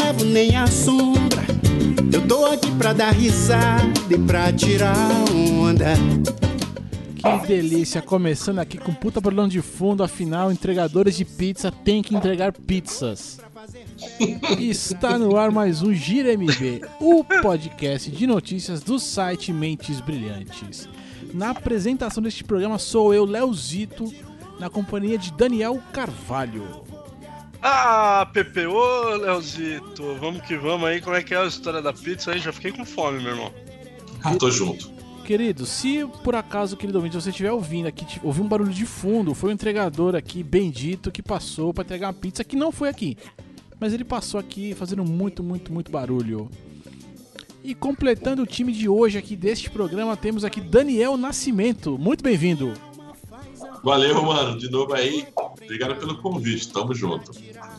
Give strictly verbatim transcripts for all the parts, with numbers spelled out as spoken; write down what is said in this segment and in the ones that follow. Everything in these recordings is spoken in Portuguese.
levo nem a sombra. Eu tô aqui pra dar risada e pra tirar onda. Que delícia, começando aqui com puta barulhão de fundo, afinal, entregadores de pizza têm que entregar pizzas. Está no ar mais um Gira M B, o podcast de notícias do site Mentes Brilhantes. Na apresentação deste programa sou eu, Leozito, na companhia de Daniel Carvalho. Ah, Pepe, ô Leozito, vamos que vamos aí, como é que é a história da pizza aí? Já fiquei com fome, meu irmão. Ah, tô junto. Querido, se por acaso, querido ouvinte, você estiver ouvindo aqui, ouviu um barulho de fundo, foi um entregador aqui, bendito, que passou para entregar uma pizza que não foi aqui. Mas ele passou aqui fazendo muito, muito, muito barulho. E completando o time de hoje aqui deste programa, temos aqui Daniel Nascimento. Muito bem-vindo. Valeu, mano. De novo aí. Obrigado pelo convite. Tamo junto.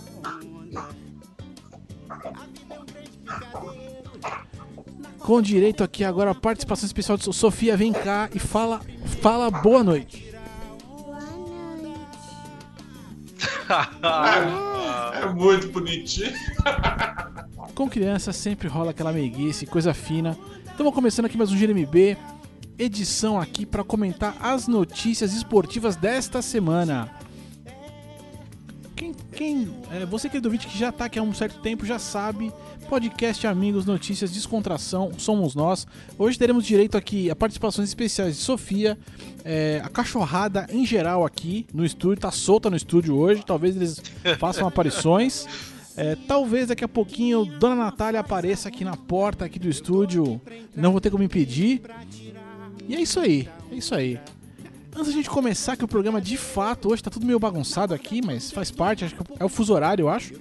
Com direito aqui agora a participação especial de Sofia, vem cá e fala, fala boa noite. Boa noite. É, é muito bonitinho. Com criança sempre rola aquela meiguice, coisa fina. Estamos começando aqui mais um Gira M B, edição aqui para comentar as notícias esportivas desta semana. Quem, quem é, você querido ouvinte que já está aqui há um certo tempo já sabe, podcast Amigos, Notícias, Descontração, somos nós. Hoje teremos direito aqui a participações especiais de Sofia, é, a cachorrada em geral aqui no estúdio, tá solta no estúdio hoje, talvez eles façam aparições. É, talvez daqui a pouquinho Dona Natália apareça aqui na porta aqui do estúdio, não vou ter como impedir. E é isso aí, é isso aí. Antes da gente começar que o programa de fato, hoje tá tudo meio bagunçado aqui, mas faz parte, acho que é o fuso horário, eu acho.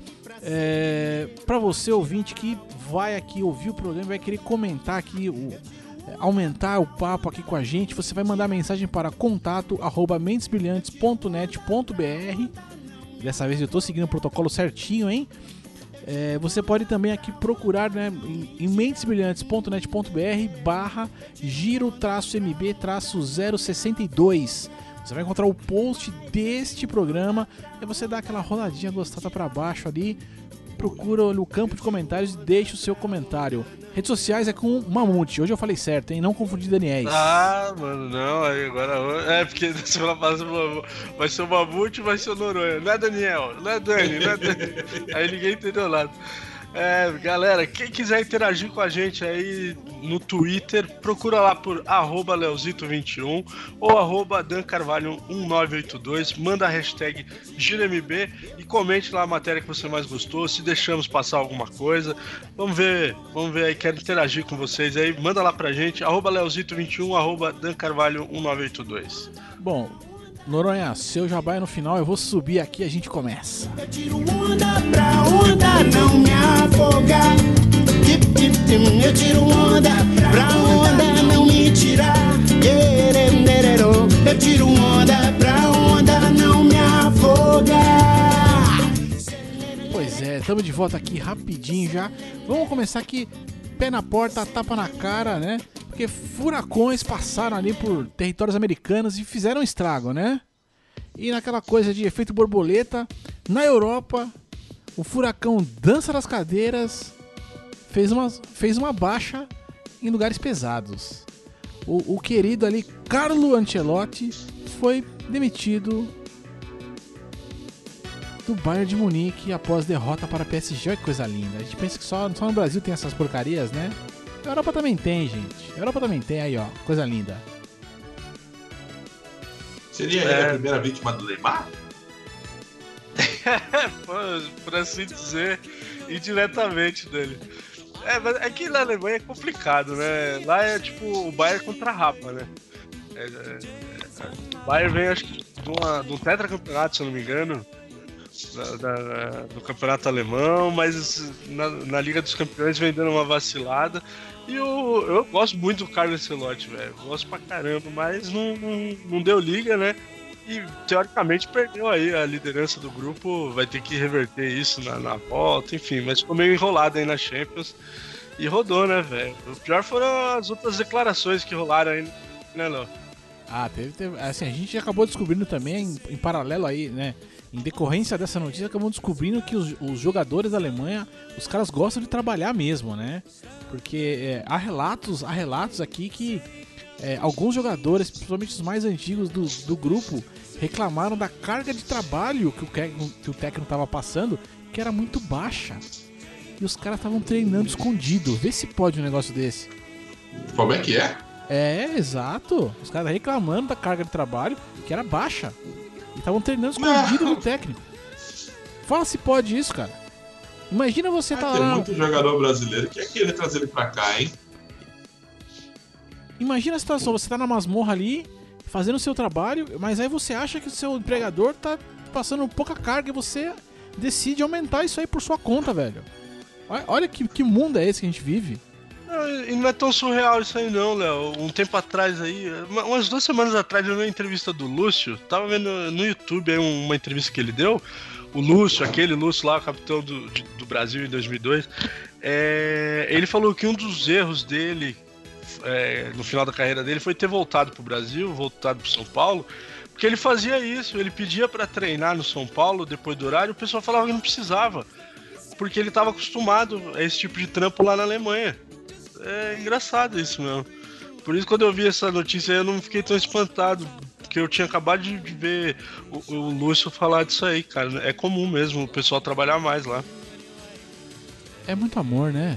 É, pra você ouvinte que vai aqui ouvir o programa, vai querer comentar aqui, o, é, aumentar o papo aqui com a gente, você vai mandar mensagem para contato arroba mentes brilhantes ponto net ponto b r. Dessa vez eu tô seguindo o protocolo certinho, hein? É, você pode também aqui procurar, né, em, em mentes brilhantes ponto net ponto b r barra giro M B zero sessenta e dois. Você vai encontrar o post deste programa e você dá aquela roladinha gostosa para baixo ali, procura no campo de comentários e deixa o seu comentário. Redes sociais é com Mamute, hoje eu falei certo, hein? Não confundir Daniéis. Ah, mano, não, aí agora... É, porque na semana passada vai ser o Mamute e vai ser o Noronha. Não é Daniel, não é Dani, não é Dani. Aí ninguém entendeu nada. É, galera, quem quiser interagir com a gente aí no Twitter, procura lá por arroba leozito vinte e um ou arroba dancarvalho um nove oito dois, manda a hashtag GiraMB e comente lá a matéria que você mais gostou, se deixamos passar alguma coisa. Vamos ver, vamos ver aí, quero interagir com vocês aí, manda lá pra gente, arroba leozito vinte e um, arroba dancarvalho um nove oito dois. Bom, Noronha, seu jabá é no final, eu vou subir aqui e a gente começa. Eu tiro onda pra onda não me afogar. Tip, tip, tip. Eu tiro onda pra onda não me tirar. Eu tiro onda pra onda não me afogar. Pois é, estamos de volta aqui rapidinho já. Vamos começar aqui, pé na porta, tapa na cara, né? Porque furacões passaram ali por territórios americanos e fizeram estrago, né? E naquela coisa de efeito borboleta, na Europa, o furacão Dança das Cadeiras fez uma, fez uma baixa em lugares pesados. O, o querido ali, Carlo Ancelotti, foi demitido do Bayern de Munique após derrota para P S G. Olha que coisa linda. A gente pensa que só, só no Brasil tem essas porcarias, né? A Europa também tem, gente. A Europa também tem, aí ó, coisa linda. Seria ele É. a primeira vítima do Neymar? por, por assim dizer, indiretamente dele. É, mas aqui na Alemanha é complicado, né? Lá é tipo o Bayern contra a Rapa, né? É, é, é, o Bayern vem, acho que, de, uma, de um tetracampeonato, se eu não me engano, da, da, do campeonato alemão, mas na, na Liga dos Campeões vem dando uma vacilada. E o, eu gosto muito do Carlo Ancelotti, velho. Gosto pra caramba, mas não, não, não deu liga, né? E teoricamente perdeu aí a liderança do grupo. Vai ter que reverter isso na, na volta, enfim. Mas ficou meio enrolado aí na Champions. E rodou, né, velho? O pior foram as outras declarações que rolaram aí, né, não? Ah, teve, teve. Assim, a gente acabou descobrindo também, em, em paralelo aí, né? Em decorrência dessa notícia, acabamos descobrindo que os, os jogadores da Alemanha, os caras gostam de trabalhar mesmo, né? Porque é, há relatos, há relatos aqui que é, alguns jogadores, principalmente os mais antigos do, do grupo, reclamaram da carga de trabalho que o, que o técnico estava passando, que era muito baixa. E os caras estavam treinando escondido. Vê se pode um negócio desse. Como é que é? É, exato. Os caras reclamando da carga de trabalho, que era baixa. E estavam treinando escondido do técnico. Fala se pode isso, cara. Imagina você tá Tem lá... muito jogador brasileiro que quer querer trazer ele pra cá, hein? Imagina a situação, você tá na masmorra ali, fazendo o seu trabalho, mas aí você acha que o seu empregador tá passando pouca carga e você decide aumentar isso aí por sua conta, velho. Olha, olha que, que mundo é esse que a gente vive. Não, e não é tão surreal isso aí não, Léo. Um tempo atrás aí, umas duas semanas atrás, eu vi uma entrevista do Lúcio, tava vendo no YouTube aí uma entrevista que ele deu. O Lúcio, aquele Lúcio lá, capitão do, de, do Brasil em dois mil e dois, é, ele falou que um dos erros dele, é, no final da carreira dele, foi ter voltado pro Brasil, voltado pro São Paulo, porque ele fazia isso, ele pedia pra treinar no São Paulo depois do horário, o pessoal falava que não precisava, porque ele tava acostumado a esse tipo de trampo lá na Alemanha. É engraçado isso mesmo. Por isso, quando eu vi essa notícia, eu não fiquei tão espantado, porque eu tinha acabado de ver o, o Lúcio falar disso aí, cara. É comum mesmo o pessoal trabalhar mais lá. É muito amor, né?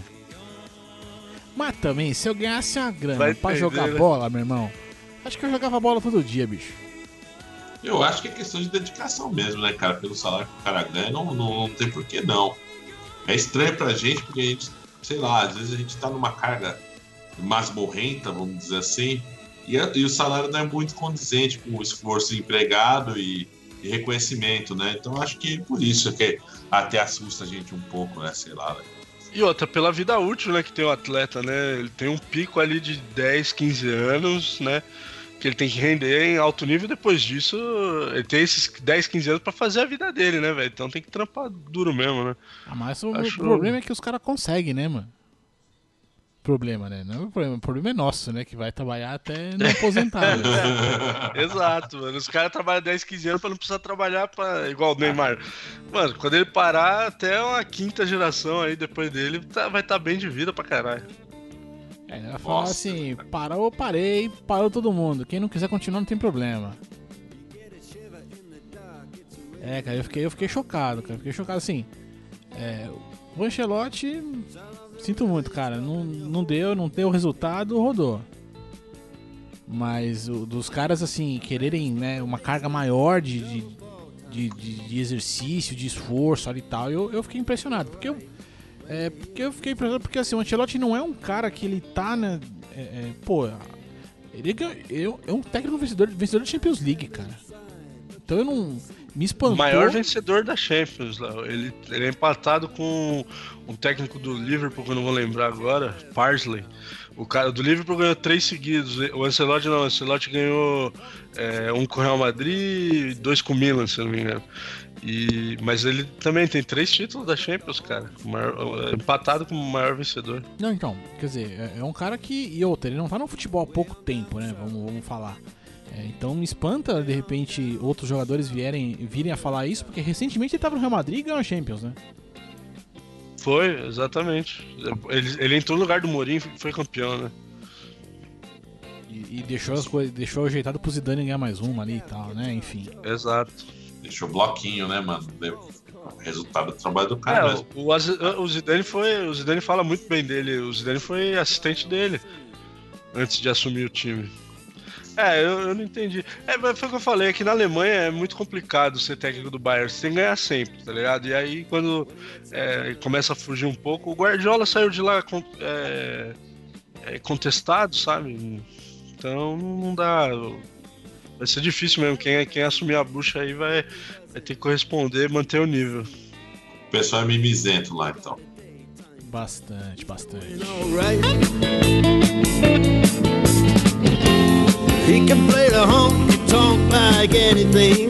Mas também, se eu ganhasse uma grana Vai pra entender, jogar né? bola, meu irmão, acho que eu jogava bola todo dia, bicho. Eu acho que é questão de dedicação mesmo, né, cara? Pelo salário que o cara ganha, não, não, não tem por que não. É estranho pra gente, porque a gente, sei lá, às vezes a gente tá numa carga masmorrenta, vamos dizer assim, e, a, e o salário não é muito condizente com o esforço empregado e, e reconhecimento, né? Então acho que por isso que até assusta a gente um pouco, né? Sei lá, né? E outra, pela vida útil, né, que tem o atleta, né? Ele tem um pico ali de dez, quinze anos, né? Que ele tem que render em alto nível. Depois disso, ele tem esses dez, quinze anos pra fazer a vida dele, né, velho? Então tem que trampar duro mesmo, né? Ah, mas o Acho- problema é que os caras conseguem, né, mano? Problema, né? Não é o problema, o problema é nosso, né? Que vai trabalhar até não aposentar. Né? Exato, mano. Os caras trabalham dez, quinze anos pra não precisar trabalhar pra... igual o Neymar. Mano, quando ele parar, até uma quinta geração aí depois dele, tá- vai estar bem de vida pra caralho. É, ele vai falar Nossa, assim, parou, parei, parou todo mundo. Quem não quiser continuar não tem problema. É, cara, eu fiquei, eu fiquei chocado, cara. Eu fiquei chocado assim. É, o Ancelotti, sinto muito, cara. Não, não deu, não deu resultado, rodou. Mas o, dos caras, assim, quererem, né, uma carga maior de, de, de, de- de exercício, de esforço ali e tal, eu, eu fiquei impressionado. Porque eu, é, porque eu fiquei impressionado, porque assim, o Ancelotti não é um cara que ele tá, né, é, é, pô, ele ganha- eu- é um técnico vencedor, vencedor de Champions League, cara. Então eu não... Me espantou. O maior vencedor da Champions, Léo. Ele, ele é empatado com um técnico do Liverpool, que eu não vou lembrar agora, Parsley. O cara do Liverpool ganhou três seguidos. O Ancelotti não, o Ancelotti ganhou é, um com o Real Madrid e dois com o Milan, se eu não me engano. E, mas ele também tem três títulos da Champions, cara. O maior- empatado como o maior vencedor. Não, então, quer dizer, é, é um cara que... E outra, ele não tá no futebol há pouco tempo, né? Vamos, vamos falar. É, então me espanta, de repente, outros jogadores vierem, virem a falar isso, porque recentemente ele tava no Real Madrid e ganhou a Champions, né? Foi, exatamente. Ele, ele entrou no lugar do Mourinho e foi campeão, né? E, e deixou as coisas, deixou ajeitado pro Zidane ganhar mais uma ali e tal, né? Enfim. Exato. Deixou bloquinho, né, mano? Deu resultado do trabalho do É, cara mesmo. o, o, Az- o Zidane foi. O Zidane fala muito bem dele. O Zidane foi assistente dele antes de assumir o time. É, eu, eu não entendi. É, mas foi o que eu falei, aqui na Alemanha é muito complicado ser técnico do Bayern, você tem que ganhar sempre, tá ligado? E aí quando é, começa a fugir um pouco, o Guardiola saiu de lá con- é, é, contestado, sabe? Então não dá. Vai ser difícil mesmo, quem, quem assumir a bucha aí vai, vai ter que corresponder, manter o nível. O pessoal é mimizento lá, então. Bastante, bastante. Alright. He can play the honky tonk like anything.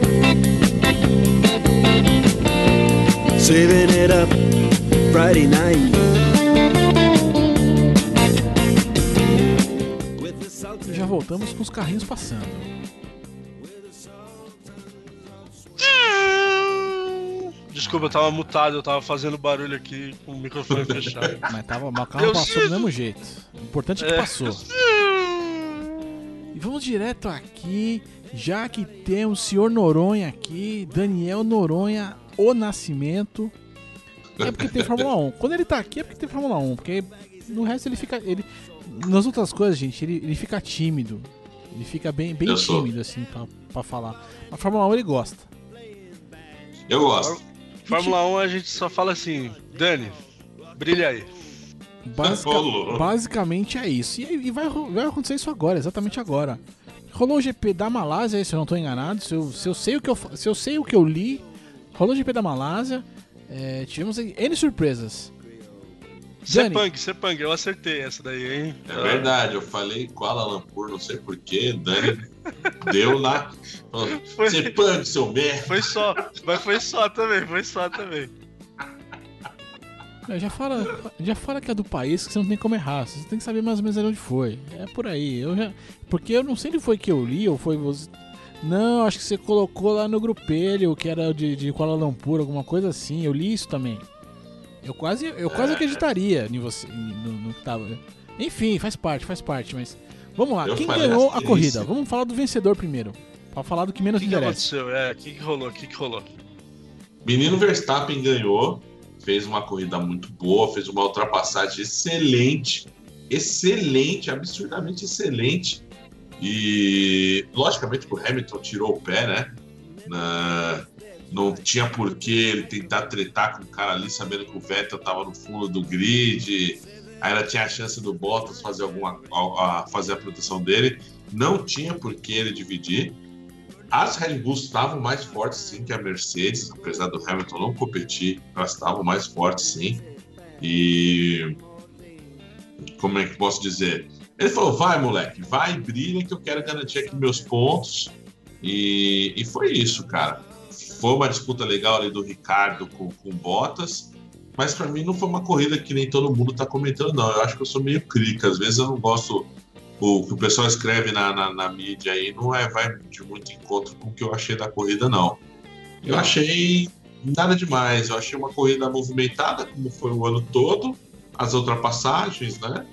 Saving it up Friday night. With the Celtics. E já voltamos com os carrinhos passando. Desculpa, eu tava mutado, eu tava fazendo barulho aqui com o microfone fechado. Mas tava, o carro passou do mesmo jeito. O importante é que É. passou. E vamos direto aqui, já que temos o senhor Noronha aqui, Daniel Noronha, o Nascimento. É porque tem Fórmula um. Quando ele tá aqui é porque tem Fórmula um, porque no resto ele fica... Ele, nas outras coisas, gente, ele, ele fica tímido. Ele fica bem, bem Eu sou. tímido, assim, pra, pra falar. A Fórmula um ele gosta. Eu gosto. Fórmula um a gente só fala assim, Dani, brilha aí. Basica- Rolou. basicamente é isso. E, e vai, ro- vai acontecer isso agora, exatamente agora. Rolou o G P da Malásia, se eu não estou enganado. Se eu, se, eu sei o que eu, fa- se eu sei o que eu li, rolou o G P da Malásia. É, tivemos N surpresas. Dani, Sepang, Sepang, eu acertei essa daí, hein? É verdade, eu falei Kuala Lumpur, não sei porquê, Dani deu na. Foi- Você panga, seu merda. Foi só, mas foi só também, foi só também. já fala, já fala que é do país que você não tem como errar. Você tem que saber mais ou menos onde foi. É por aí. Eu já, porque eu não sei se foi que eu li ou foi você. Não, acho que você colocou lá no grupelho que era de, de Kuala Lumpur, alguma coisa assim. Eu li isso também. Eu quase, eu quase acreditaria em você, no, no que tava. Enfim, faz parte, faz parte, mas vamos lá. Eu Quem falei ganhou assim, a corrida? isso. Vamos falar do vencedor primeiro. Pra falar do que menos O que, que interessa. aconteceu? É, o que, que rolou? O que, que rolou? Menino Verstappen ganhou, fez uma corrida muito boa, fez uma ultrapassagem excelente, excelente, absurdamente excelente. E logicamente o Hamilton tirou o pé, né? Na- Não tinha por que ele tentar tretar com o cara ali, sabendo que o Vettel tava no fundo do grid. Aí ela tinha a chance do Bottas fazer alguma, a, a fazer a proteção dele. Não tinha por que ele dividir. As Red Bulls estavam mais fortes sim que a Mercedes, apesar do Hamilton não competir, elas estavam mais fortes sim. E como é que posso dizer? Ele falou: vai, moleque, vai e brilha que eu quero garantir aqui meus pontos. E, e foi isso, cara. Foi uma disputa legal ali do Ricardo com o Bottas, mas pra mim não foi uma corrida que nem todo mundo tá comentando, não. Eu acho que eu sou meio crica, às vezes eu não gosto. O que o pessoal escreve na, na, na mídia aí não é, vai de muito encontro com o que eu achei da corrida, não. Eu achei nada demais, eu achei uma corrida movimentada, como foi o ano todo, as ultrapassagens, né?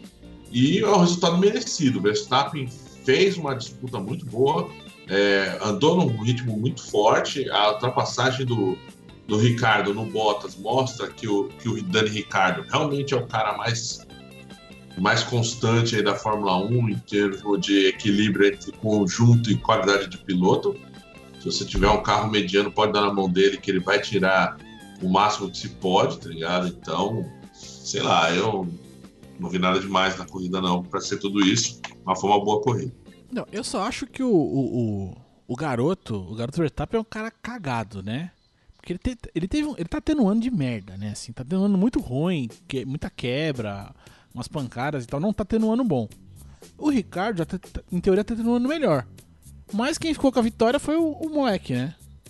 E é um resultado merecido. O Verstappen fez uma disputa muito boa, é, andou num ritmo muito forte. A ultrapassagem do, do Ricardo no Bottas mostra que o, que o Dani Ricciardo realmente é o cara mais, mais constante aí da Fórmula um em termos de equilíbrio entre conjunto e qualidade de piloto. Se você tiver um carro mediano, pode dar na mão dele que ele vai tirar o máximo que se pode, tá ligado? Então, sei lá, eu não vi nada demais na corrida não para ser tudo isso, mas foi uma boa corrida. Não, eu só acho que o, o, o, o garoto, o garoto Verstappen é um cara cagado, né? Porque ele, te, ele, teve, um- ele tá tendo um ano de merda, né? Assim, tá tendo um ano muito ruim, que, muita quebra, umas pancadas e tal. Não tá tendo um ano bom. O Ricardo, já tá, tá- em teoria, tá tendo um ano melhor. Mas quem ficou com a vitória foi o, o moleque, né?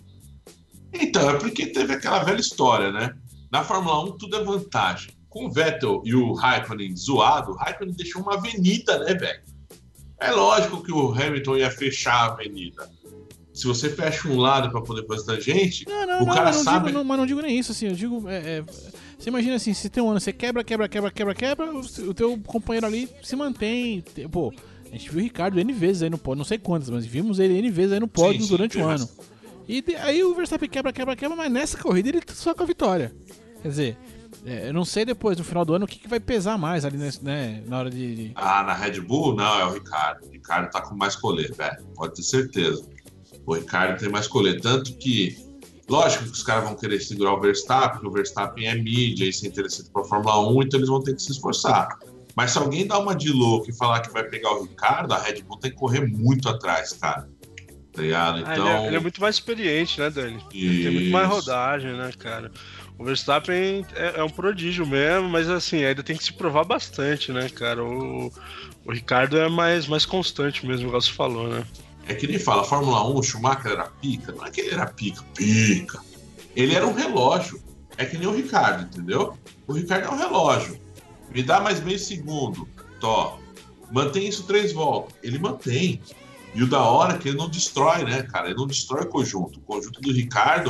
Então, é porque teve aquela velha história, né? Na Fórmula um tudo é vantagem. Com o Vettel e o Raikkonen zoado, o Raikkonen deixou uma avenida, né, velho? É lógico que o Hamilton ia fechar a avenida. Se você fecha um lado para poder fazer tangente, Não, não, o não, cara não sabe... digo, não, mas não digo nem isso, assim, eu digo, é, é, você imagina assim, se tem um ano, você quebra, quebra, quebra, quebra, quebra, o, o teu companheiro ali se mantém, te- pô, a gente viu o Ricardo N vezes aí no pódio, não sei quantas, mas vimos ele N vezes aí no pódio Sim, sim, durante o tem ano. E de- aí o Verstappen quebra, quebra, quebra, mas nessa corrida ele só com a vitória. Quer dizer, é, eu não sei depois, no final do ano, o que, que vai pesar mais ali, nesse- né, na hora de... de- Ah, na Red Bull? Não, é o Ricardo. O Ricardo tá com mais colher, velho. Pode ter certeza. O Ricardo tem mais colher. Tanto que, lógico que os caras vão querer segurar o Verstappen, porque o Verstappen é mídia e se interessante pra Fórmula um, então eles vão ter que se esforçar. Mas se alguém dá uma de louco e falar que vai pegar o Ricardo, a Red Bull tem que correr muito atrás, cara. Tá ligado? Ah, Então. ele, é, ele é muito mais experiente, né, Dani? Ele tem muito mais Isso. rodagem, né, cara? O Verstappen é, é um prodígio mesmo, mas assim, ainda tem que se provar bastante, né, cara? O, o Ricardo é mais, mais constante mesmo, igual você falou, né? É que nem fala, a Fórmula um, o Schumacher era pica. Não é que ele era pica, pica. Ele era um relógio. É que nem o Ricardo, entendeu? O Ricardo é um relógio. Me dá mais meio segundo. Tó. Mantém isso três voltas. Ele mantém. E o da hora é que ele não destrói, né, cara? Ele não destrói o conjunto. O conjunto do Ricardo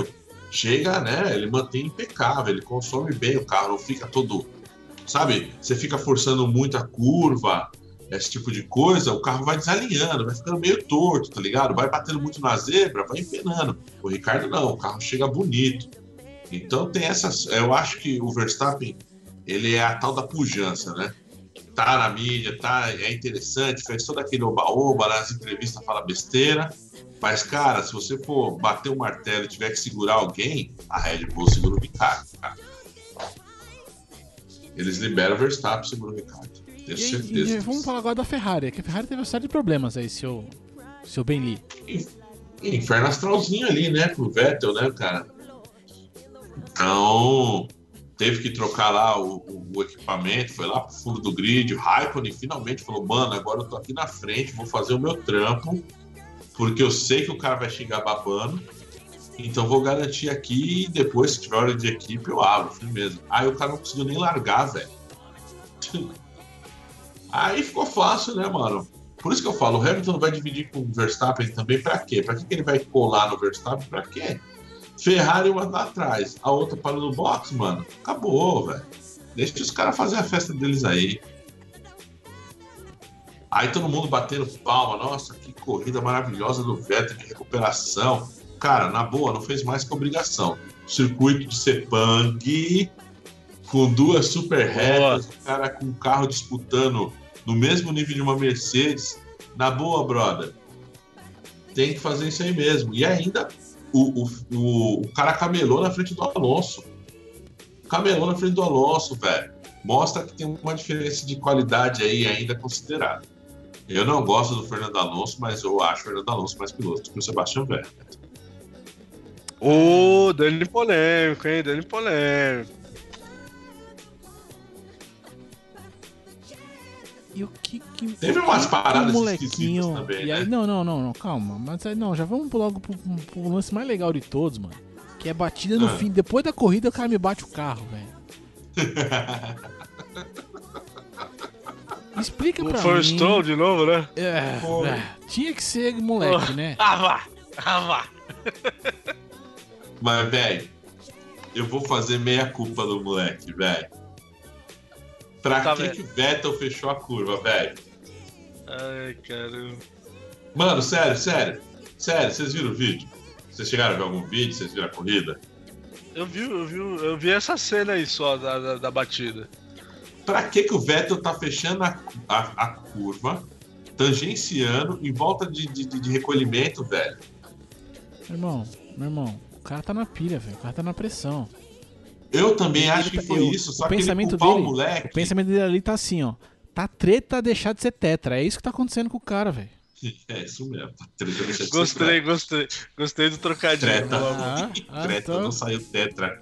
chega, né? Ele mantém impecável, ele consome bem o carro, não fica todo, sabe? Você fica forçando muito a curva, esse tipo de coisa, o carro vai desalinhando, vai ficando meio torto, tá ligado? Vai batendo muito na zebra, vai empenando. O Ricardo não, o carro chega bonito. Então tem essas. Eu acho que o Verstappen, ele é a tal da pujança, né? Tá na mídia, tá, é interessante, faz todo aquele oba-oba, nas entrevistas fala besteira. Mas, cara, se você for bater o martelo e tiver que segurar alguém, a Red Bull segura o Ricardo, cara. Eles liberam o Verstappen e seguram o Ricardo. Tenho E, certeza. e vamos falar agora da Ferrari, que a Ferrari teve uma série de problemas aí, seu, seu Benli. Inferno astralzinho ali, né, pro Vettel, né, cara? Então, teve que trocar lá o, o, o equipamento, foi lá pro fundo do grid. O Raikkonen finalmente falou: mano, agora eu tô aqui na frente, vou fazer o meu trampo, porque eu sei que o cara vai chegar babando, então vou garantir aqui e depois, se tiver hora de equipe, eu abro, firmeza. Aí o cara não conseguiu nem largar, velho. Aí ficou fácil, né, mano? Por isso que eu falo, o Hamilton vai dividir com o Verstappen também pra quê? Pra que, que ele vai colar no Verstappen? Pra quê? Ferrari uma lá atrás, a outra parou no box, mano. Acabou, velho. Deixa os caras fazer a festa deles aí. Aí todo mundo batendo palma. Nossa, que corrida maravilhosa do Vettel de recuperação. Cara, na boa, não fez mais que obrigação. Circuito de Sepang, com duas super retas, o cara com o carro disputando no mesmo nível de uma Mercedes. Na boa, brother. Tem que fazer isso aí mesmo. E ainda, o, o, o, o cara camelou na frente do Alonso. Camelou na frente do Alonso, velho. Mostra que tem uma diferença de qualidade aí ainda considerável. Eu não gosto do Fernando Alonso, mas eu acho o Fernando Alonso mais piloto que o Sebastian Vettel. Ô, oh, dando polêmico, hein? Dando polêmico. E o que que. Teve umas paradas molequinho também, e aí, né? não, não, não, não, calma. Mas aí, não, já vamos logo pro, pro lance mais legal de todos, mano. Que é batida no Ah. fim. Depois da corrida, o cara me bate o carro, velho. Explica O pra First mim. Stroll de novo, né? É, Foi. é, tinha que ser moleque, né? Ah, vá! Ah, vá! Mas, velho, eu vou fazer meia culpa do moleque, velho. Pra Tá que, vendo? que o Vettel fechou a curva, velho? Ai, caramba. Mano, sério, sério. Sério, vocês viram o vídeo? Vocês chegaram a ver algum vídeo? Vocês viram a corrida? Eu vi, eu vi, eu vi essa cena aí só da, da, da batida. Pra que, que o Vettel tá fechando a, a, a curva, tangenciando, em volta de, de, de recolhimento, velho? Meu irmão, meu irmão, o cara tá na pilha, velho. O cara tá na pressão. Eu também acho Ele que tá- foi eu- isso, o só que ele pensamento culpar dele, o moleque... O pensamento dele ali tá assim, ó. Tá treta deixar de ser tetra. É isso que tá acontecendo com o cara, velho. É isso mesmo. Treta deixa de ser Gostei, gostei. Gostei do trocadilho. Treta. vamos. Ah, ah, Treta, então- não saiu tetra.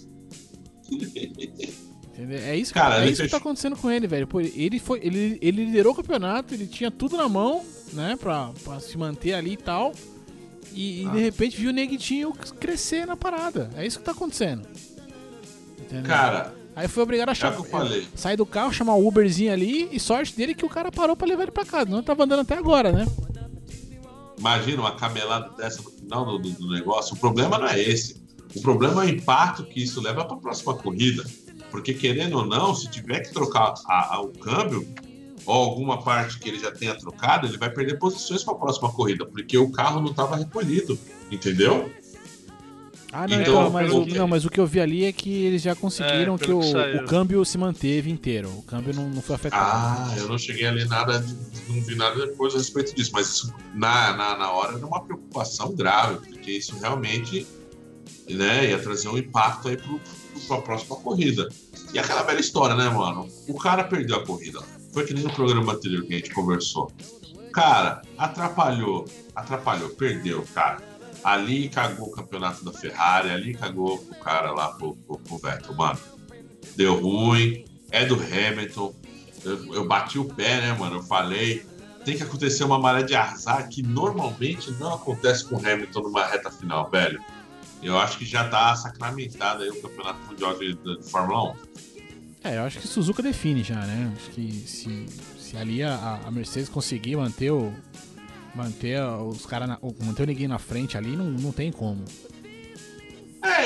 Entendeu? É isso, Cara, é ele isso que fechou- tá acontecendo com ele, velho. Pô, ele, foi, ele, ele liderou o campeonato, ele tinha tudo na mão, né, pra, pra se manter ali e tal. E, e, Ah. de repente viu o neguitinho crescer na parada. É isso que tá acontecendo. Entendeu? Cara, Aí foi obrigado a é o chamar, que eu falei. sair do carro, chamar o Uberzinho ali e sorte dele que o cara parou pra levar ele pra casa. Não tava andando até agora, né? Imagina uma camelada dessa no final do, do- do negócio. O problema não é esse. O problema é o impacto que isso leva para a próxima corrida. Porque, querendo ou não, se tiver que trocar a- a- o câmbio ou alguma parte que ele já tenha trocado, ele vai perder posições para a próxima corrida, porque o carro não estava recolhido. Entendeu? Ah, não, Então, então, mas, pelo o, que- não, mas o que eu vi ali é que eles já conseguiram É, que pelo o, que saiu. o câmbio se manteve inteiro. O câmbio não, não foi afetado. Ah, eu não cheguei a ler nada, de- não vi nada depois a respeito disso, mas isso na, na, na hora era uma preocupação grave, porque isso realmente, né, ia trazer um impacto aí para a próxima corrida. E aquela velha história, né, mano? O cara perdeu a corrida. Foi que nem no programa anterior que a gente conversou. Cara, atrapalhou, atrapalhou, perdeu, cara. Ali cagou o campeonato da Ferrari, ali cagou o cara lá pro, pro, pro Vettel, mano. Deu ruim, é do Hamilton. Eu, eu bati o pé, né, mano? Eu falei, tem que acontecer uma maré de azar que normalmente não acontece com o Hamilton numa reta final, velho. Eu acho que já tá sacramentado aí o campeonato mundial de, de, de Fórmula um. É, eu acho que Suzuka define já, né? Acho que se, se ali a, a Mercedes conseguir manter o. Manter os caras. Manter o ninguém na frente ali, não, não tem como. É,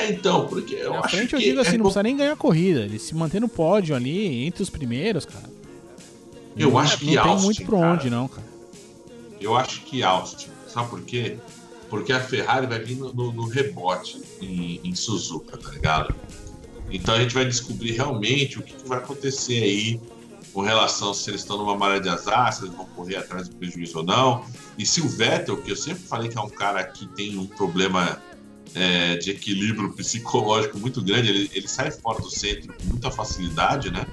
É, então, porque eu Na acho frente que... eu digo assim, é não co- precisa nem ganhar a corrida. Ele se manter no pódio ali, entre os primeiros, cara. Eu não, acho que não tem Austin, muito pra cara, onde, não, cara. Eu acho que Austin. Sabe por quê? Porque a Ferrari vai vir no, no- no rebote em, em Suzuka, tá ligado? Então a gente vai descobrir realmente o que, que vai acontecer aí com relação se eles estão numa maré de azar, se eles vão correr atrás do prejuízo ou não. E se o Vettel, que eu sempre falei que é um cara que tem um problema é, de equilíbrio psicológico muito grande, ele, ele sai fora do centro com muita facilidade, né?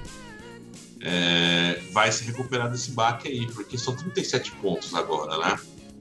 É, vai se recuperar desse baque aí, porque são trinta e sete pontos agora, né?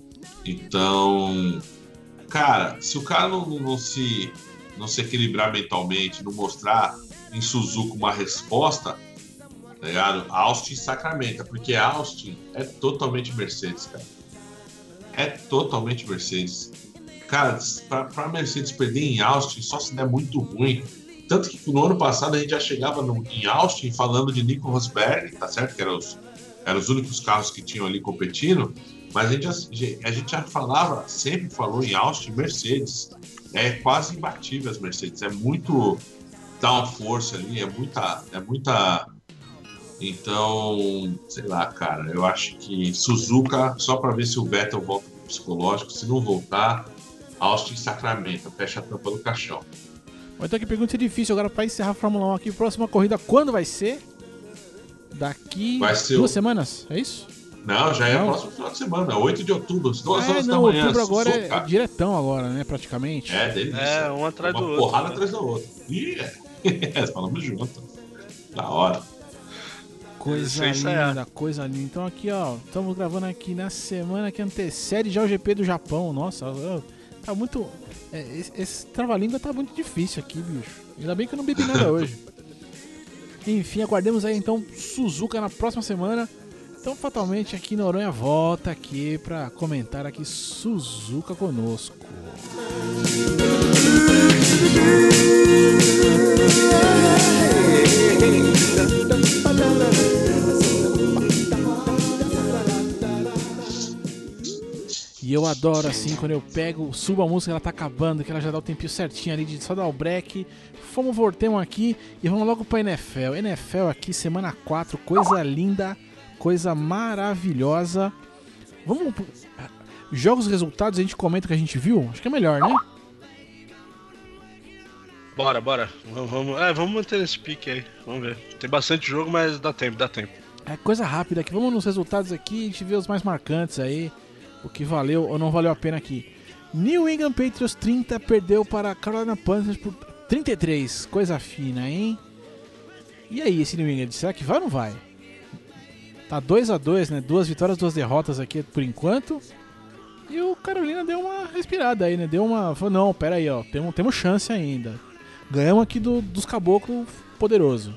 Então, cara, se o cara não, não, se, não se equilibrar mentalmente, não mostrar em Suzuka uma resposta, tá ligado? Austin sacramenta, porque Austin é totalmente Mercedes, cara. É totalmente Mercedes. Cara, pra, pra Mercedes perder em Austin só se der muito ruim. Tanto que no ano passado a gente já chegava no, em Austin falando de Nico Rosberg, tá certo? Que eram os, eram os únicos carros que tinham ali competindo. Mas a gente, já, a gente já falava, sempre falou em Austin Mercedes. É quase imbatível as Mercedes. É muito downforce ali, é muita, é muita. Então, sei lá, cara. Eu acho que Suzuka, só para ver se o Vettel volta pro psicológico. Se não voltar, Austin sacramenta, fecha a tampa do caixão. Então que pergunta difícil agora pra encerrar a Fórmula um aqui. Próxima corrida, quando vai ser? Daqui Vai ser duas o- semanas, é isso? Não, já é Não. o próximo final de semana, oito de outubro, às duas é, horas não, da manhã. outubro agora é, Suzuka. é diretão agora, né, praticamente. É, delícia. É, um atrás Uma do outro, porrada né? atrás da outra. Ih, é. Falamos junto. Da hora. Coisa Sem ensaiar. linda, coisa linda. Então aqui, ó, estamos gravando aqui na semana que antecede já o G P do Japão. Nossa, ó, tá muito... é, esse, esse trava-língua tá muito difícil aqui, bicho. Ainda bem que eu não bebi nada hoje. Enfim, aguardemos aí então Suzuka na próxima semana. Então, fatalmente, aqui Noronha volta aqui pra comentar aqui Suzuka conosco. E eu adoro assim, quando eu pego, subo a música, ela tá acabando, que ela já dá o tempinho certinho ali de só dar o break. Fomos, voltemos aqui e vamos logo pra N F L. N F L aqui, semana quatro, coisa linda, coisa maravilhosa. Vamos... pro- Jogos e resultados, a gente comenta o que a gente viu? Acho que é melhor, né? Bora, bora. Vamos, vamos, é, vamos manter esse pique aí. Vamos ver. Tem bastante jogo, mas dá tempo, dá tempo. É coisa rápida aqui. Vamos nos resultados aqui, a gente vê os mais marcantes aí. O que valeu ou não valeu a pena aqui. New England Patriots trinta perdeu para Carolina Panthers por trinta e três. Coisa fina, hein? E aí, esse New England, será que vai ou não vai? Tá dois a dois, né? Duas vitórias, duas derrotas aqui por enquanto. E o Carolina deu uma respirada aí, né? Deu uma... Falou, não, pera aí, ó. Temos, temos chance ainda. Ganhamos aqui do, dos caboclos poderoso.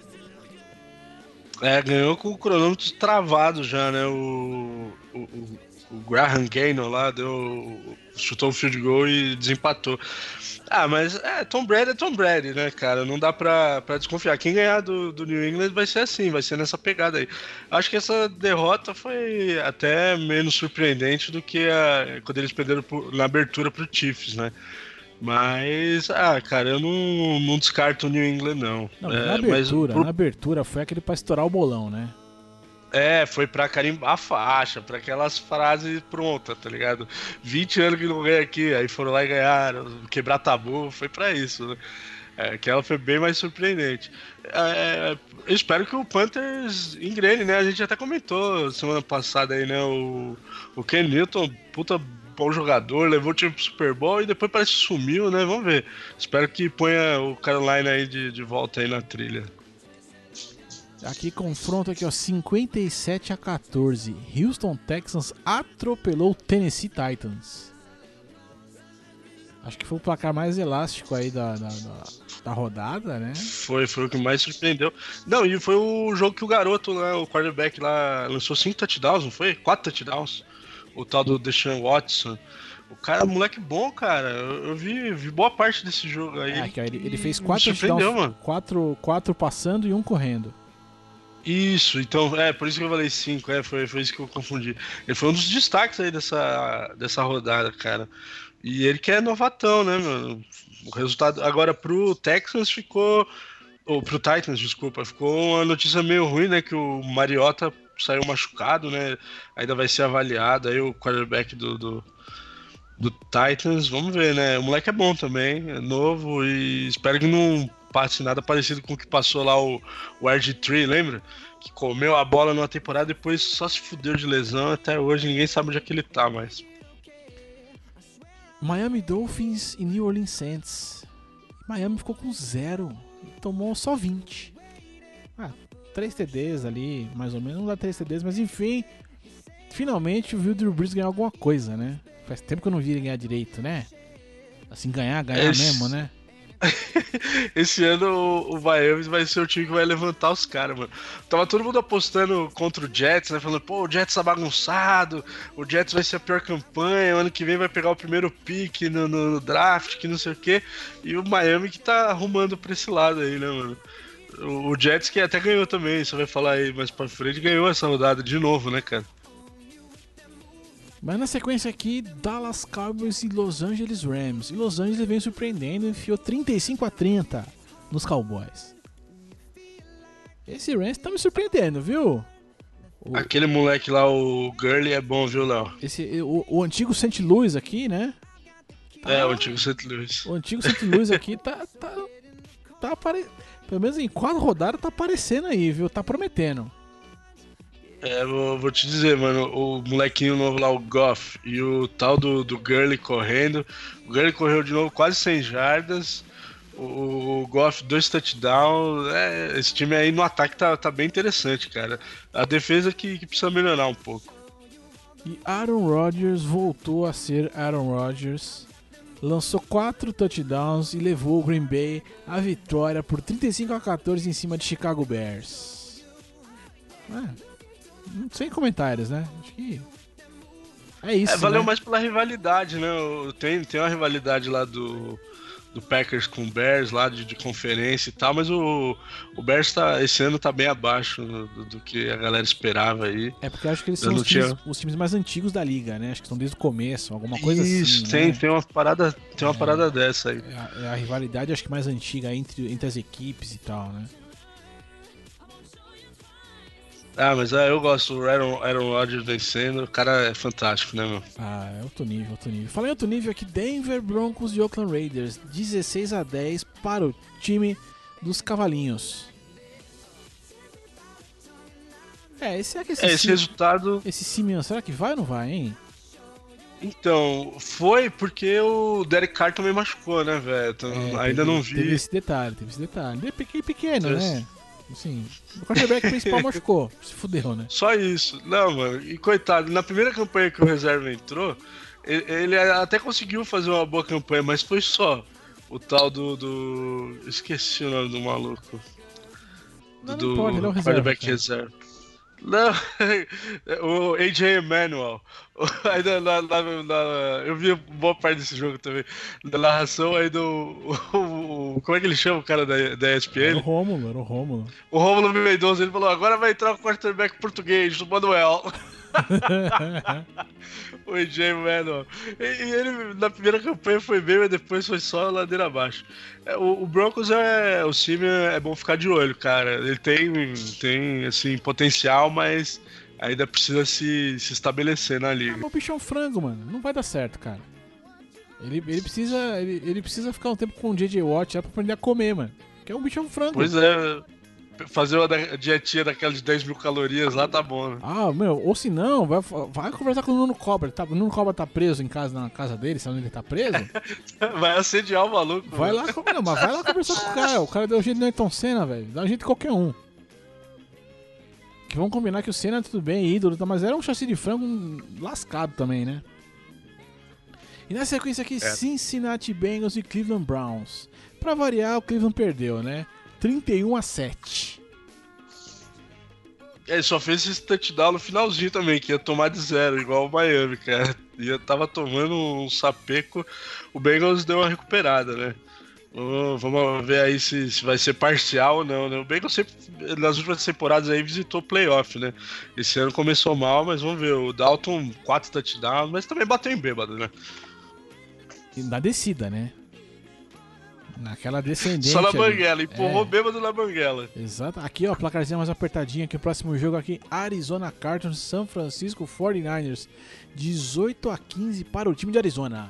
É, ganhou com o cronômetro travado já, né? O, o, o- o Graham Gaynor lá deu, chutou um field goal e desempatou. Ah, mas é, Tom Brady é Tom Brady, né, cara? Não dá pra, pra desconfiar. Quem ganhar do, do New England vai ser assim, vai ser nessa pegada aí. Acho que essa derrota foi até menos surpreendente do que a, quando eles perderam por- na abertura pro Chiefs, né? Mas, ah, cara, eu não, não descarto o New England, não. Não, É, na mas abertura, pro- na abertura foi aquele pra estourar o bolão, né? É, foi pra carimbar a faixa, pra aquelas frases prontas, tá ligado? vinte anos que não ganha aqui, aí foram lá e ganharam, quebrar tabu, foi pra isso, né? É, aquela foi bem mais surpreendente. É, eu espero que o Panthers engrene, né? A gente até comentou semana passada aí, né? O, o Ken Newton, puta bom jogador, levou o time pro Super Bowl e depois parece que sumiu, né? Vamos ver. Espero que ponha o Carolina aí de, de volta aí na trilha. Aqui confronto aqui, ó, cinquenta e sete a quatorze. Houston Texans atropelou o Tennessee Titans. Acho que foi o placar mais elástico aí da, da, da, da rodada, né? Foi, foi o que mais surpreendeu. Não, e foi o jogo que o garoto, né, o quarterback lá, lançou cinco touchdowns, não foi? Quatro touchdowns. O tal do Deshaun Watson. O cara, moleque bom, cara. Eu, eu vi, vi boa parte desse jogo aí. É, aqui, ó, ele, ele fez Me quatro surpreendeu, touchdowns, mano. quatro, quatro passando e um correndo. Isso, então, é, por isso que eu falei cinco, é, foi, foi isso que eu confundi. Ele foi um dos destaques aí dessa, dessa rodada, cara. E ele que é novatão, né, mano? o resultado. Agora pro Texans ficou. Ou pro Titans, desculpa, ficou uma notícia meio ruim, né? Que o Mariota saiu machucado, né? Ainda vai ser avaliado aí o quarterback do, do, do Titans. Vamos ver, né? O moleque é bom também, é novo e espero que não passe nada parecido com o que passou lá o, o R G três, lembra? Que comeu a bola numa temporada e depois só se fudeu de lesão. Até hoje ninguém sabe onde é que ele tá mais. Miami Dolphins e New Orleans Saints. Miami ficou com zero. Tomou só vinte. Ah, três T Ds ali, mais ou menos. Não dá três T Ds, mas enfim. Finalmente viu o Drew Brees ganhar alguma coisa, né? Faz tempo que eu não vi ele ganhar direito, né? Assim, ganhar, ganhar Esse... mesmo, né? Esse ano o, o Miami vai ser o time que vai levantar os caras, mano. Tava todo mundo apostando contra o Jets, né? Falando, pô, o Jets tá bagunçado, o Jets vai ser a pior campanha, o ano que vem vai pegar o primeiro pick no, no, no draft, que não sei o quê. E o Miami que tá arrumando pra esse lado aí, né, mano? O, o Jets que até ganhou também, você vai falar aí mais pra frente, ganhou essa rodada de novo, né, cara? Mas na sequência aqui, Dallas Cowboys e Los Angeles Rams. E Los Angeles vem surpreendendo e enfiou trinta e cinco a trinta nos Cowboys. Esse Rams tá me surpreendendo, viu? O, Aquele moleque lá, o Gurley, é bom, viu, Léo? esse, o, o antigo Saint Louis aqui, né? Tá, É, o antigo Saint Louis. O antigo Saint Louis aqui tá... tá, tá apare... Pelo menos em quatro rodadas tá aparecendo aí, viu? Tá prometendo. É, vou, vou te dizer, mano, o molequinho novo lá, o Goff, e o tal do, do Gurley correndo. O Gurley correu de novo quase cem jardas. O, o Goff, dois touchdowns. É, esse time aí no ataque tá, tá bem interessante, cara. A defesa que, que precisa melhorar um pouco. E Aaron Rodgers voltou a ser Aaron Rodgers. Lançou quatro touchdowns e levou o Green Bay à vitória por trinta e cinco a quatorze em cima de Chicago Bears. É. Sem comentários, né? Acho que é isso. É, valeu né? mais pela rivalidade, né? Tem, tem uma rivalidade lá do, do Packers com o Bears, lá de, de conferência e tal, mas o, o Bears tá, esse ano tá bem abaixo do, do que a galera esperava aí. É porque eu acho que eles Eu são não os times, tinha- os times mais antigos da liga, né? Acho que estão desde o começo, alguma coisa Isso, assim. tem, né? tem uma parada, tem uma parada dessa aí. É a, é a rivalidade, acho que mais antiga entre, entre as equipes e tal, né? Ah, mas é, eu gosto do Aaron, Aaron Rodgers vencendo, o cara é fantástico, né, meu? Ah, é outro nível, outro nível. Falando em outro nível aqui, Denver Broncos e Oakland Raiders, dezesseis a dez para o time dos Cavalinhos. É, esse é que esse, É, esse Sim- resultado, esse Simeon, será que vai ou não vai, hein? então, foi porque o Derek Carr também machucou, né, velho? Então, É, ainda teve- não Teve vi. esse detalhe, teve esse detalhe. Ele é pequeno, pequeno Yes. né? Assim, o quarterback principal machucou, se fudeu, né? Só isso. Não, mano, e coitado, na primeira campanha que o reserva entrou, ele, ele até conseguiu fazer uma boa campanha, mas foi só o tal do. do... Esqueci o nome do maluco. Não, não do importa, ele é o reserva, quarterback cara. reserva. Não, o A J Emanuel. Ainda na, na, na, eu vi boa parte desse jogo também. Da narração aí do. O, o- como é que ele chama o cara da, da E S P Era o N? Rômulo, era o Rômulo. O Rômulo Mendonça, ele falou: agora vai entrar o quarterback português, o Manuel. O A J Manuel. E, e ele na primeira campanha foi bem, mas depois foi só ladeira abaixo. É, o, o Broncos é. O time é bom ficar de olho, cara. Ele tem, tem assim, potencial, mas ainda precisa se, se estabelecer na liga. O bicho é um frango, mano. Não vai dar certo, cara. Ele, ele, precisa, ele, ele precisa ficar um tempo com o J J Watt pra aprender a comer, mano. Porque é um bicho é um frango. Pois é, fazer uma da- dietinha daquela de dez mil calorias lá tá bom, né? Ah, meu, ou se não, vai, vai conversar com o Nuno Cobra. Tá, o Nuno Cobra tá preso em casa, na casa dele, sabe onde ele tá preso? Vai assediar o maluco. Vai mano. lá, com- não, mas vai lá conversar com o cara. O cara deu jeito no Ayrton Senna, velho. Dá um jeito em qualquer um. Que vamos combinar que o Senna tudo bem, ídolo, tá, mas era um chassi de frango lascado também, né? E na sequência aqui, É. Cincinnati Bengals e Cleveland Browns. Pra variar, o Cleveland perdeu, né? trinta e um a sete. Ele só fez esse touchdown no finalzinho também, que ia tomar de zero, igual o Miami, cara. Ia tava tomando um sapeco, o Bengals deu uma recuperada, né? Vamos vamos ver aí se, se vai ser parcial ou não, né? O Bengals sempre, nas últimas temporadas aí, visitou o playoff, né? Esse ano começou mal, mas vamos ver. O Dalton, quatro touchdowns, mas também bateu em bêbado, né? Na descida, né? Naquela descendente. Só na ali. banguela, empurrou É. bêbado na banguela. Exato. Aqui, ó, placarzinho mais apertadinho aqui. O próximo jogo aqui, Arizona Cardinals, San Francisco forty-niners. dezoito a quinze para o time de Arizona.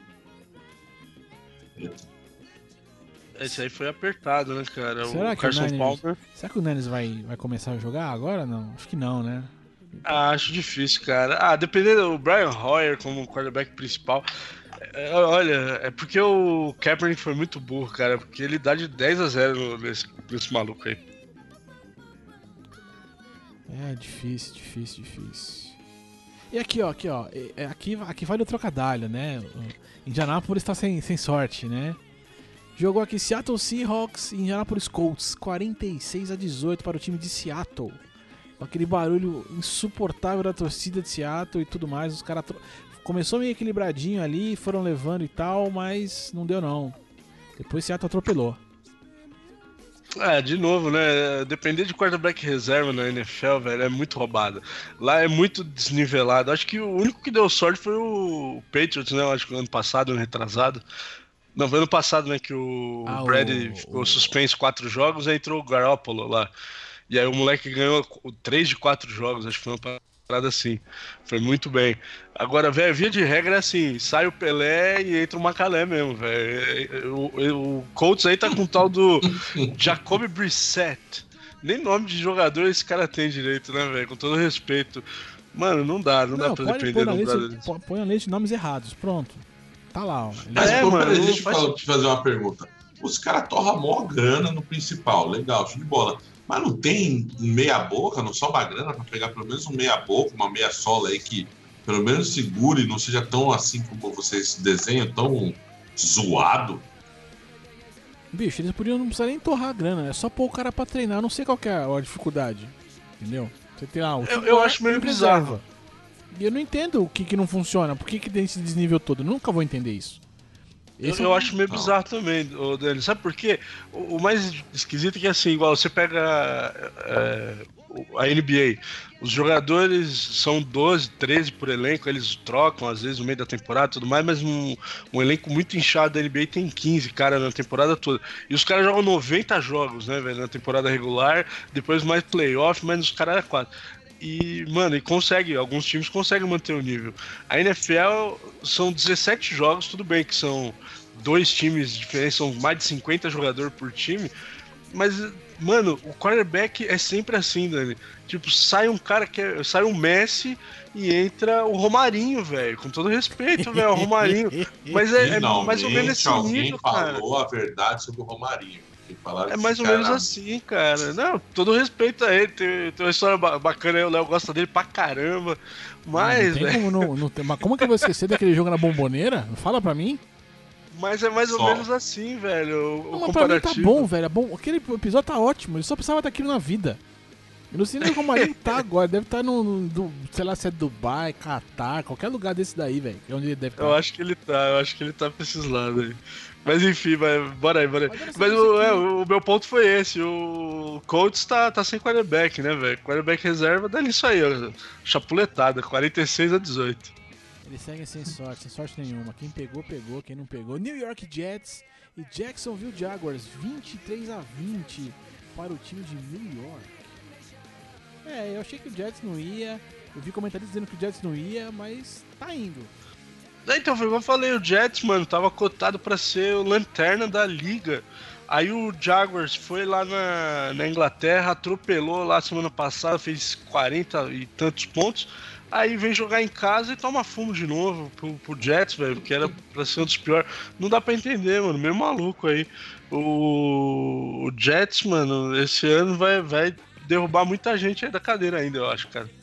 Esse aí foi apertado, né, cara? Será o que Carson o Niners, Palmer. será que o Niners vai, vai começar a jogar agora? Não, acho que não, né? Ah, acho difícil, cara. Ah, dependendo do Brian Hoyer como quarterback principal. é, Olha, é porque o Kaepernick foi muito burro, cara. Porque ele dá de dez a zero nesse, nesse maluco aí. É difícil, difícil, difícil. E aqui, ó, aqui, ó. é- é- Aqui, aqui vale o trocadilho, né? O Indianapolis tá sem, sem sorte, né? Jogou aqui Seattle Seahawks e Indianapolis Colts. quarenta e seis a dezoito para o time de Seattle. Com aquele barulho insuportável da torcida de Seattle e tudo mais. Os caras. Tro... Começou meio equilibradinho ali, foram levando e tal, mas não deu não. Depois Seattle atropelou. É, de novo, né? Depender de quarterback reserva na N F L, velho, é muito roubado. Lá é muito desnivelado. Acho que o único que deu sorte foi o Patriots, né? Acho que ano passado, ano retrasado. Não, foi ano passado, né? Que o Ah, Brady o- ficou o- suspenso quatro jogos, aí entrou o Garoppolo lá. E aí o moleque ganhou o três de quatro jogos, acho que foi uma parada assim. Foi muito bem. Agora, velho, via de regra é assim: sai o Pelé e entra o Macalé mesmo, velho. O, o Colts aí tá com o tal do Jacoby Brissett. Nem nome de jogador esse cara tem direito, né, velho? Com todo respeito. Mano, não dá, não, dá Não, pra pode depender pôr na do lista, brother. pô- põe na lista de nomes errados. Pronto. Tá lá, ó. Ele- Mas, É, pô, mano, peraí, não deixa eu faz- falar- te fazer uma pergunta. Os caras torram mó grana no principal, legal, show de bola. Mas não tem um meia-boca, não sobra grana pra pegar pelo menos um meia-boca, uma meia-sola aí que pelo menos segure e não seja tão assim como vocês desenham, tão zoado? Bicho, eles podiam não precisar nem torrar a grana, é só pôr o cara pra treinar. Eu não sei qual que é a dificuldade. Entendeu? Você tem lá o Eu- eu acho meio bizarro. E eu não entendo o que, que não funciona. Por que, que tem esse desnível todo? Eu nunca vou entender isso. Eu, Esse é eu um- acho meio Não. bizarro também, ô Dani. Sabe por quê? O, o mais esquisito é que, assim, igual você pega é, o- a N B A, os jogadores são doze, treze por elenco, eles trocam às vezes no meio da temporada e tudo mais, mas um, um elenco muito inchado da N B A tem quinze cara na temporada toda. E os caras jogam noventa jogos, né, velho, na temporada regular, depois mais playoff, mas os caras eram quatro. E, mano, e consegue, alguns times conseguem manter o nível. A N F L são dezessete jogos, tudo bem que são dois times diferentes, são mais de cinquenta jogadores por time, mas, mano, o quarterback é sempre assim, Dani. Tipo, sai um cara que é, sai um Messi e entra o Romarinho, velho. Com todo respeito, velho, o Romarinho. Mas é, é mais ou menos esse alguém nível, cara. falou a verdade sobre o Romarinho. Que falaram É que mais ou esse menos cara- assim, cara. Não, todo respeito a ele. Tem, tem uma história ba- bacana aí, o Léo gosta dele pra caramba. Mas, não tem velho, como não, não tem- mas como é que eu vou esquecer daquele jogo na Bomboneira? Fala pra mim. mas é mais ou Só. menos assim, velho. O, Não, o mas pra mim tá comparativo. bom, velho. É bom. Aquele episódio tá ótimo. Ele só precisava daquilo na vida. Eu não sei nem como ele tá agora. Deve estar no, no- do- sei lá se é Dubai, Catar, qualquer lugar desse daí, velho. É onde ele deve estar. Eu acho que ele tá, eu acho que ele tá pra esses lados aí. Mas enfim, vai, bora aí, bora aí. Mas eu não sei Mas se o, aqui- é, o meu ponto foi esse, o Colts tá, tá sem quarterback, né, velho? Quarterback reserva dá nisso aí, ó. Chapuletada, quarenta e seis a dezoito. Eles seguem sem sorte, sem sorte nenhuma. Quem pegou, pegou. Quem não pegou. New York Jets e Jacksonville Jaguars, vinte e três a vinte para o time de New York. É, eu achei que o Jets não ia. Eu vi comentários dizendo que o Jets não ia, mas tá indo. É, então, foi como eu falei, o Jets, mano, tava cotado pra ser o lanterna da liga. Aí o Jaguars foi lá na, na Inglaterra, atropelou lá semana passada, fez quarenta e tantos pontos. Aí vem jogar em casa e toma fumo de novo pro, pro Jets, velho, que era pra ser um dos piores. Não dá pra entender, mano, meio maluco aí. O, o Jets, mano, esse ano vai, vai derrubar muita gente aí da cadeira ainda, eu acho, cara.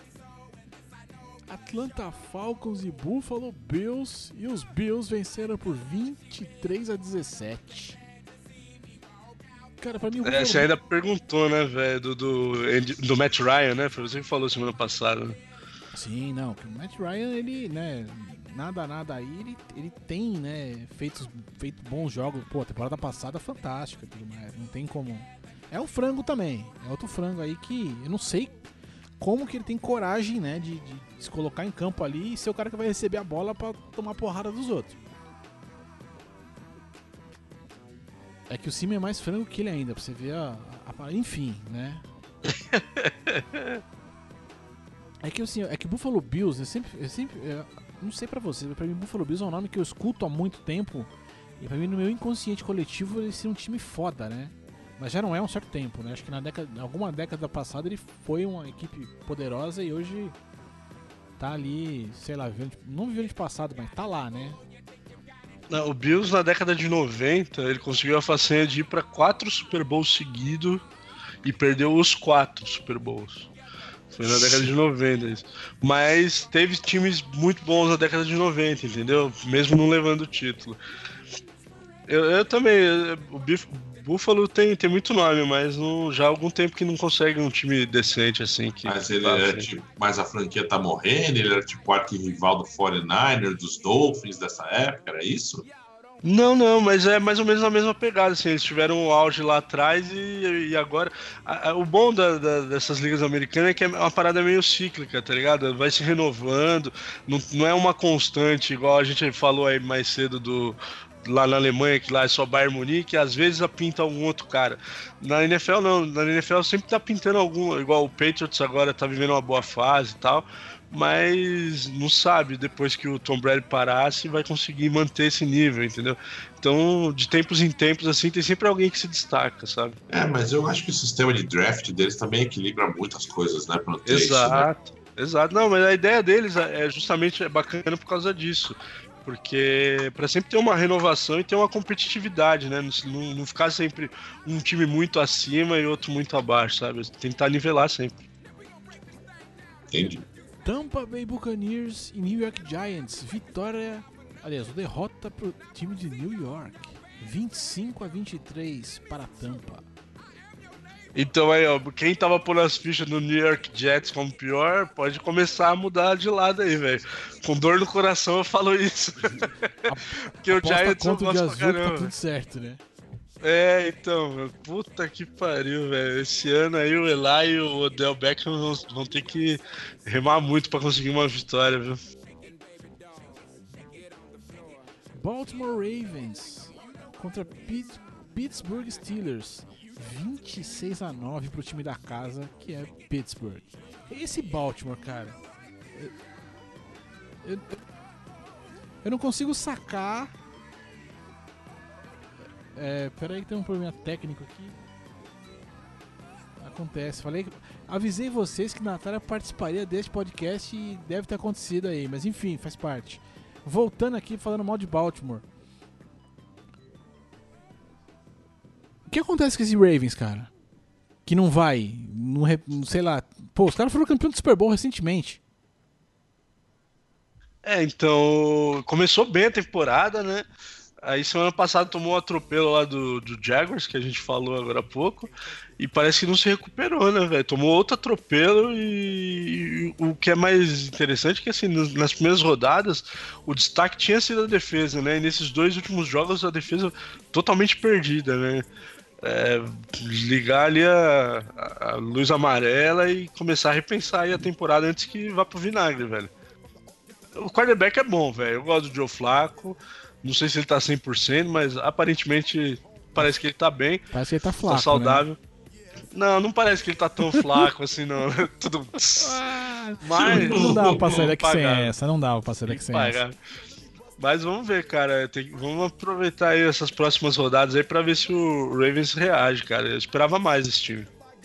Atlanta Falcons e Buffalo Bills. E os Bills venceram por vinte e três a dezessete. Cara, pra mim o É, Buffalo... você ainda perguntou, né, velho, do, do, do Matt Ryan, né? Foi você que falou semana passada. Né? Sim, não, que o Matt Ryan, ele, né, nada, nada aí, ele, ele tem, né, feito, feito bons jogos. Pô, a temporada passada fantástica, tudo mais, não tem como... É um frango também, é outro frango aí que eu não sei como que ele tem coragem, né, de, de se colocar em campo ali e ser o cara que vai receber a bola pra tomar porrada dos outros. É que o Simeon é mais frango que ele ainda, pra você ver a... a, a enfim, né? É que assim, é que Buffalo Bills, eu sempre... Eu sempre eu não sei pra você, mas pra mim Buffalo Bills é um nome que eu escuto há muito tempo. E pra mim, no meu inconsciente coletivo, ele seria um time foda, né? Mas já não é há um certo tempo, né? Acho que na década, alguma década passada ele foi uma equipe poderosa e hoje tá ali, sei lá, vivendo, não vivendo de passado, mas tá lá, né? Não, o Bills na década de noventa, ele conseguiu a façanha de ir pra quatro Super Bowls seguidos e perdeu os quatro Super Bowls. Foi na década de noventa isso. Mas teve times muito bons na década de noventa, entendeu? Mesmo não levando o título. Eu, eu também, o Bif, Buffalo tem, tem muito nome, mas não, já há algum tempo que não consegue um time decente assim. Que, Mas que ele tá é assim. tipo, mas a franquia tá morrendo, ele era tipo arquirrival do quarenta e nine ers, dos Dolphins dessa época, era isso? Não, não, mas é mais ou menos a mesma pegada, assim, eles tiveram um auge lá atrás e, e agora... A, a, o bom da, da, dessas ligas americanas é que é uma parada meio cíclica, tá ligado? Vai se renovando, não, não é uma constante, igual a gente falou aí mais cedo do... Lá na Alemanha, que lá é só Bayern Munique, às vezes pinta algum outro cara. Na N F L não, na N F L sempre tá pintando algum, igual o Patriots agora tá vivendo uma boa fase e tal, mas não sabe depois que o Tom Brady parar se vai conseguir manter esse nível, entendeu? Então, de tempos em tempos, assim, tem sempre alguém que se destaca, sabe? É, mas eu acho que o sistema de draft deles também equilibra muitas coisas, né? Pra não ter isso, né? Exato, exato. Não, mas a ideia deles é justamente bacana por causa disso. Porque para sempre ter uma renovação e ter uma competitividade, né? Não, não ficar sempre um time muito acima e outro muito abaixo, sabe? Tentar nivelar sempre. Entendi. Tampa Bay Buccaneers e New York Giants. Vitória, aliás, derrota pro time de New York. vinte e cinco a vinte e três para Tampa. Então aí, ó, quem tava pondo as fichas no New York Jets como pior, pode começar a mudar de lado aí, velho. Com dor no coração eu falo isso. Porque o Giants eu contra o de gosto pra azul, tá caramba. tudo certo, né? É, então, meu, puta que pariu, velho. Esse ano aí o Eli e o Odell Beckham vão, vão ter que remar muito pra conseguir uma vitória, viu? Baltimore Ravens contra Pitt- Pittsburgh Steelers. vinte e seis a nove pro time da casa, que é Pittsburgh. Esse Baltimore, cara, eu, eu, eu não consigo sacar. É, peraí que tem um problema técnico aqui. Acontece, falei, avisei vocês que Natália participaria deste podcast e deve ter acontecido aí, mas enfim, faz parte. Voltando aqui, falando mal de Baltimore. O que acontece com esse Ravens, cara? Que não vai, não, não sei lá. Pô, os caras foram campeão do Super Bowl recentemente. É, então, começou bem a temporada, né? Aí semana passada tomou um atropelo lá do, do Jaguars, que a gente falou agora há pouco, e parece que não se recuperou, né, velho? Tomou outro atropelo e, e o que é mais interessante é que, assim, nos, nas primeiras rodadas, o destaque tinha sido a defesa, né? E nesses dois últimos jogos, a defesa totalmente perdida, né? É, ligar ali a, a luz amarela e começar a repensar aí a temporada antes que vá pro vinagre, velho. O quarterback é bom, velho. Eu gosto do Joe Flacco. Não sei se ele tá cem por cento, mas aparentemente parece que ele tá bem. Parece que ele tá flaco, tá saudável. Né? Não, não parece que ele tá tão flaco assim, não. Tudo. Ah, Mas não dava pra sair daqui sem pagar. essa, não dava pra sair daqui sem essa. Pagar. Mas vamos ver, cara. Tem, vamos aproveitar aí essas próximas rodadas aí pra ver se o Ravens reage, cara. Eu esperava mais esse time.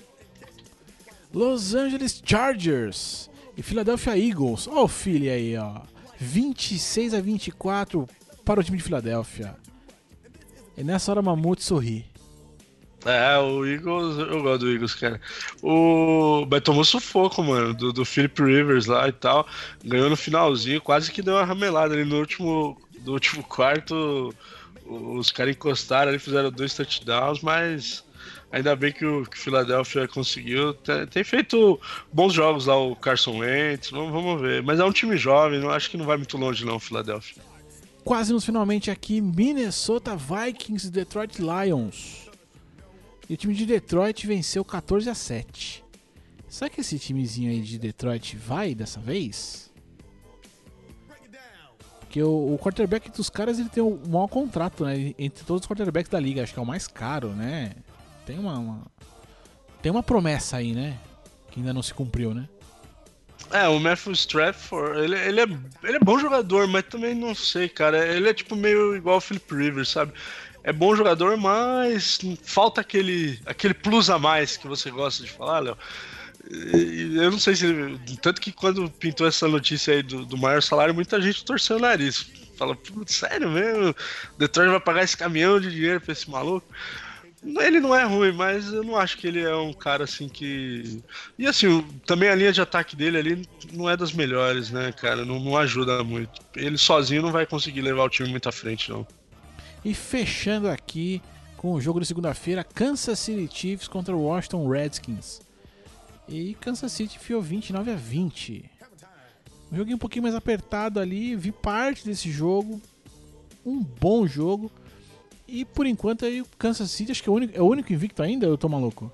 Los Angeles Chargers e Philadelphia Eagles. Ó o filho aí, ó. vinte e seis a vinte e quatro para o time de Filadélfia. E nessa hora o Mamute sorri. É, o Eagles, eu gosto do Eagles, cara. O. Mas tomou sufoco, mano, do, do Philip Rivers lá e tal. Ganhou no finalzinho, quase que deu uma ramelada ali no último, no último quarto. Os caras encostaram ali, fizeram dois touchdowns, mas ainda bem que o, que o Philadelphia conseguiu. Tem, tem feito bons jogos lá, o Carson Wentz, vamos, vamos ver. Mas é um time jovem, não acho que não vai muito longe não, o Philadelphia. Quase nos finalmente aqui, Minnesota Vikings e Detroit Lions. E o time de Detroit venceu quatorze a sete. Será que esse timezinho aí de Detroit vai dessa vez? Porque o, o quarterback dos caras ele tem o maior contrato, né? Entre todos os quarterbacks da liga. Acho que é o mais caro, né? Tem uma, uma, tem uma promessa aí, né? Que ainda não se cumpriu, né? É, o Matthew Stafford, ele, ele, é, ele é bom jogador, mas também não sei, cara. Ele é tipo meio igual o Philip Rivers, sabe? É bom jogador, mas falta aquele, aquele plus a mais que você gosta de falar, Léo. E eu não sei se... Tanto que quando pintou essa notícia aí do, do maior salário, muita gente torceu o nariz. Fala, putz, sério mesmo? Detroit vai pagar esse caminhão de dinheiro pra esse maluco? Ele não é ruim, mas eu não acho que ele é um cara assim que... E assim, também a linha de ataque dele ali não é das melhores, né, cara? Não, não ajuda muito. Ele sozinho não vai conseguir levar o time muito à frente, não. E fechando aqui com o jogo de segunda-feira, Kansas City Chiefs contra o Washington Redskins. E Kansas City enfiou vinte e nove a vinte. Um joguinho um pouquinho mais apertado ali, vi parte desse jogo. Um bom jogo. E por enquanto aí o Kansas City acho que é o único, é o único invicto ainda, eu tô maluco?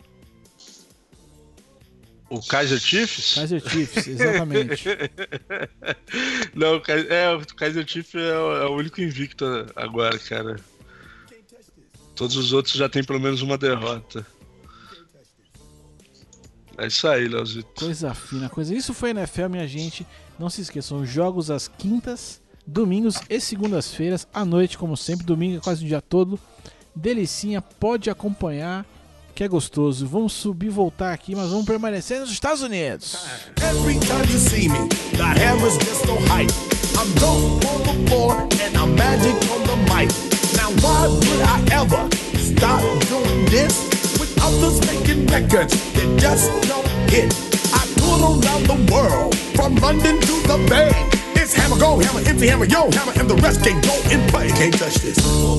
O Kaiser Chiefs? Kaiser Chiefs, exatamente. Não, o Kaiser, é, o Kaiser Chiefs é o, é o único invicto agora, cara. Todos os outros já tem pelo menos uma derrota. É isso aí, Leozito. Coisa fina, coisa. Isso foi N F L, minha gente. Não se esqueçam, jogos às quintas, domingos e segundas-feiras, à noite, como sempre. Domingo é quase o dia todo. Delicinha, pode acompanhar, que é gostoso. Vamos subir e voltar aqui, mas vamos permanecer nos Estados Unidos. Every time you see me, the hammer's just so hype. I'm dope on the floor and I'm magic on the mic. Now why would I ever stop doing this? With others making records that just don't hit. I tour around the world, from London to the Bay. It's hammer, go, hammer, empty hammer, yo, hammer, and the rest can go and play. Can't touch this.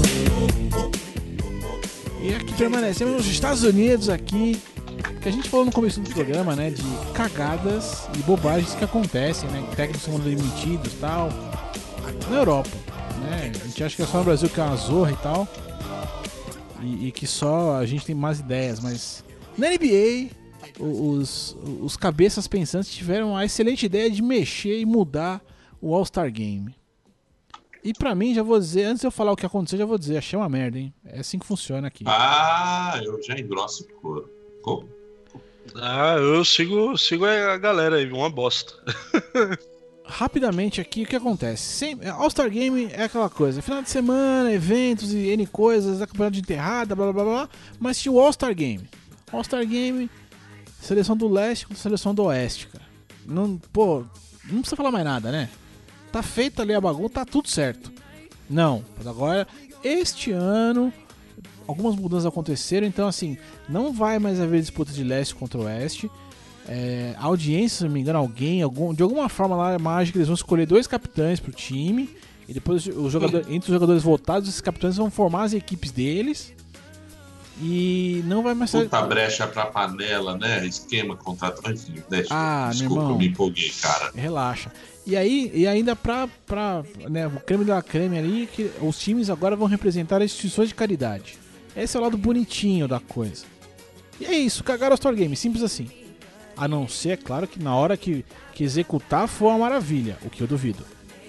E aqui permanecemos nos Estados Unidos aqui, que a gente falou no começo do programa, né, de cagadas e bobagens que acontecem, né, técnicos são demitidos e tal, na Europa, né, a gente acha que é só no Brasil que é uma zorra e tal, e, e que só a gente tem más ideias, mas na N B A os, os cabeças pensantes tiveram a excelente ideia de mexer e mudar o All-Star Game. E pra mim, já vou dizer, antes de eu falar o que aconteceu, já vou dizer, achei uma merda, hein? É assim que funciona aqui. Ah, eu já engrosso o couro. Como? Ah, eu sigo, sigo a galera aí, uma bosta. Rapidamente aqui, o que acontece? Sempre, All-Star Game é aquela coisa, final de semana, eventos e N coisas, é campeonato de enterrada, blá blá blá blá, mas tinha o All-Star Game. All-Star Game, seleção do leste contra seleção do oeste, cara. Não, pô, não precisa falar mais nada, né? Tá feita ali a bagunça, tá tudo certo. Não, mas agora, este ano, algumas mudanças aconteceram, então assim, não vai mais haver disputa de leste contra oeste. É, a audiência, se não me engano, alguém, algum, de alguma forma lá, mágica, eles vão escolher dois capitães pro time. E depois, os jogadores, entre os jogadores votados, esses capitães vão formar as equipes deles. E não vai mais ser. Puta brecha pra panela, né? Esquema, contrato. Enfim, deixa. Ah, Desculpa, meu irmão, eu me empolguei, cara. Relaxa. E aí, e ainda pra, pra né, o creme da creme ali, que os times agora vão representar as instituições de caridade. Esse é o lado bonitinho da coisa. E é isso, cagaram o All-Star Game, simples assim. A não ser, é claro, que na hora que, que executar for uma maravilha, o que eu duvido.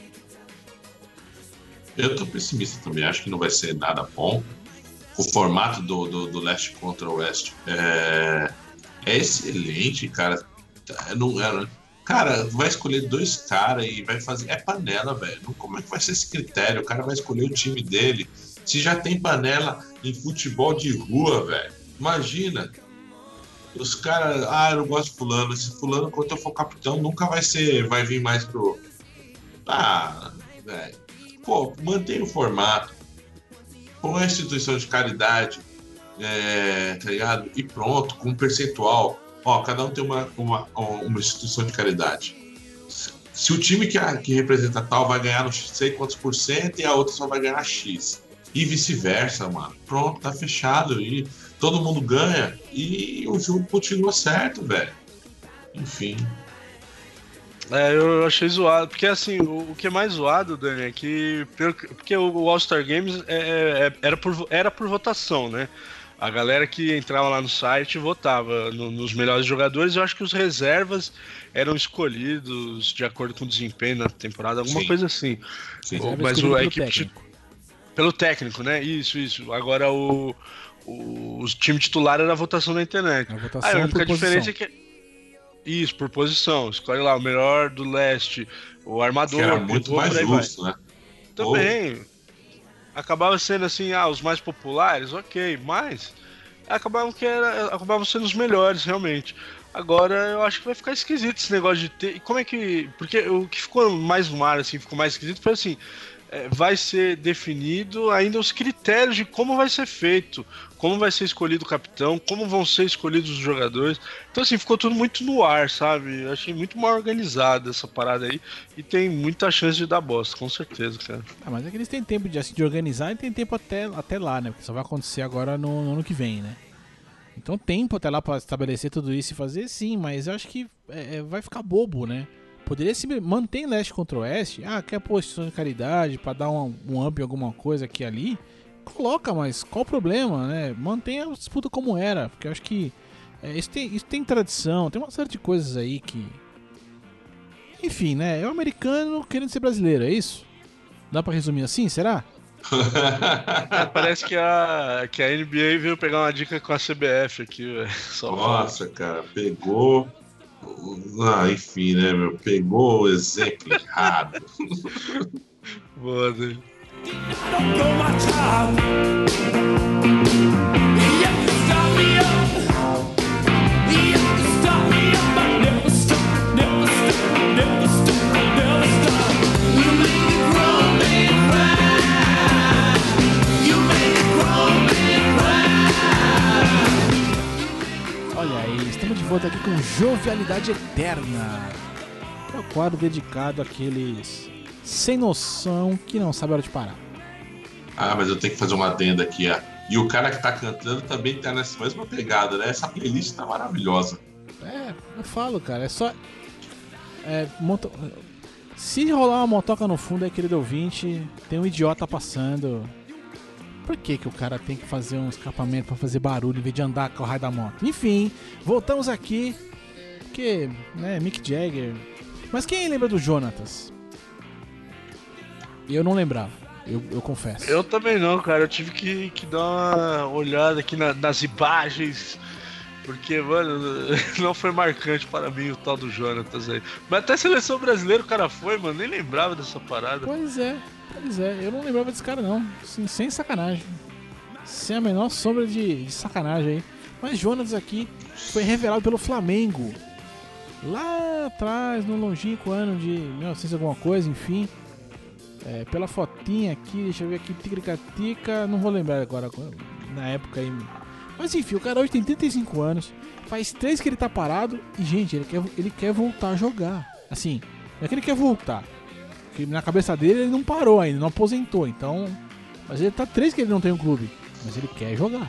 Eu tô pessimista também, acho que não vai ser nada bom. O formato do, do, do leste contra o oeste é, é excelente, cara. Não, é, cara, vai escolher dois caras e vai fazer. É panela, velho. Como é que vai ser esse critério? O cara vai escolher o time dele. Se já tem panela em futebol de rua, velho. Imagina. Os caras, ah, eu não gosto de fulano. Esse fulano, quando eu for capitão, nunca vai ser. Vai vir mais pro. Ah, velho. Pô, mantém o formato. Com a instituição de caridade, é, tá ligado? E pronto, com um percentual. Ó, cada um tem uma, uma, uma instituição de caridade. Se o time que, a, que representa tal vai ganhar não sei quantos por cento e a outra só vai ganhar X. E vice-versa, mano. Pronto, tá fechado. E todo mundo ganha e o jogo continua certo, velho. Enfim. É, eu achei zoado, porque assim, o, o que é mais zoado, Dani, é que, porque o All-Star Games é, é, era, por, era por votação, né? A galera que entrava lá no site votava no, nos melhores jogadores. Eu acho que os reservas eram escolhidos de acordo com o desempenho na temporada, alguma Sim. coisa assim. Sim. Ou- Reserva mas escolhido o, a pelo equipe ti- técnico. pelo técnico, né? Isso, isso. Agora o, o, o time titular era a votação na internet. A Ah, votação a única por diferença posição. é que. Isso, por posição. Escolhe lá o melhor do leste, o armador, Que era muito pivô, mais por aí vai. justo, né? Também. Acabava sendo assim, ah, os mais populares, ok, mas acabavam que era, acabavam sendo os melhores, realmente. Agora eu acho que vai ficar esquisito esse negócio de ter. E como é que. Porque o que ficou mais no ar, assim, ficou mais esquisito foi assim. é, Vai ser definido ainda os critérios de como vai ser feito, como vai ser escolhido o capitão, como vão ser escolhidos os jogadores. Então, assim, ficou tudo muito no ar, sabe? Eu achei muito mal organizada essa parada aí e tem muita chance de dar bosta, com certeza, cara. Ah, mas é que eles têm tempo de, assim, de organizar e tem tempo até, até lá, né? Porque só vai acontecer agora no, no ano que vem, né? Então tempo até lá pra estabelecer tudo isso e fazer, sim, mas eu acho que é, é, vai ficar bobo, né? Poderia se manter leste contra oeste. Ah, quer posição de caridade pra dar um, um up em alguma coisa aqui e ali? Coloca, mas qual o problema, né? Mantenha a disputa como era, porque eu acho que é, isso, tem, isso tem tradição, tem uma série de coisas aí que... Enfim, né? É o americano querendo ser brasileiro, é isso? Dá pra resumir assim, será? É, parece que a, que a N B A veio pegar uma dica com a C B F aqui, velho. Só Nossa, cara, pegou. Ah, enfim, né, meu? Pegou o exemplo errado. boa dele. Don't go my child. You have to stop me up. You have to stop me up. I never stop, never stop, never stop, never stop. You make a grown man cry. You make a grown man cry. Olha aí, estamos de volta aqui com Jovialidade Eterna. É o quadro dedicado àqueles sem noção que não sabe a hora de parar. Ah, mas eu tenho que fazer uma adenda aqui, ó. E o cara que tá cantando também tá nessa mesma pegada, né? Essa playlist tá maravilhosa. É, eu falo, cara, é só. É, moto... Se rolar uma motoca no fundo aí, querido ouvinte, tem um idiota passando. Por que que o cara tem que fazer um escapamento pra fazer barulho em vez de andar com o raio da moto? Enfim, voltamos aqui. Porque, né, Mick Jagger. Mas quem lembra do Jonatas? Eu não lembrava, eu, eu confesso. Eu também não, cara. Eu tive que, que dar uma olhada aqui na- nas imagens. Porque, mano, não foi marcante para mim o tal do Jonatas aí. Mas até a seleção brasileira o cara foi, mano. Nem lembrava dessa parada. Pois é, pois é, eu não lembrava desse cara não, assim, sem sacanagem, sem a menor sombra de, de sacanagem aí. Mas Jonas aqui foi revelado pelo Flamengo, lá atrás, no longínquo ano de mil e novecentos alguma coisa, enfim. É, pela fotinha aqui, deixa eu ver aqui, tica-tica, não vou lembrar agora, na época aí. Mas enfim, o cara hoje tem trinta e cinco anos, faz três que ele tá parado e, gente, ele quer, ele quer voltar a jogar. Assim, não é que ele quer voltar, porque na cabeça dele ele não parou ainda, não aposentou, então... Mas ele tá três que ele não tem um clube, mas ele quer jogar.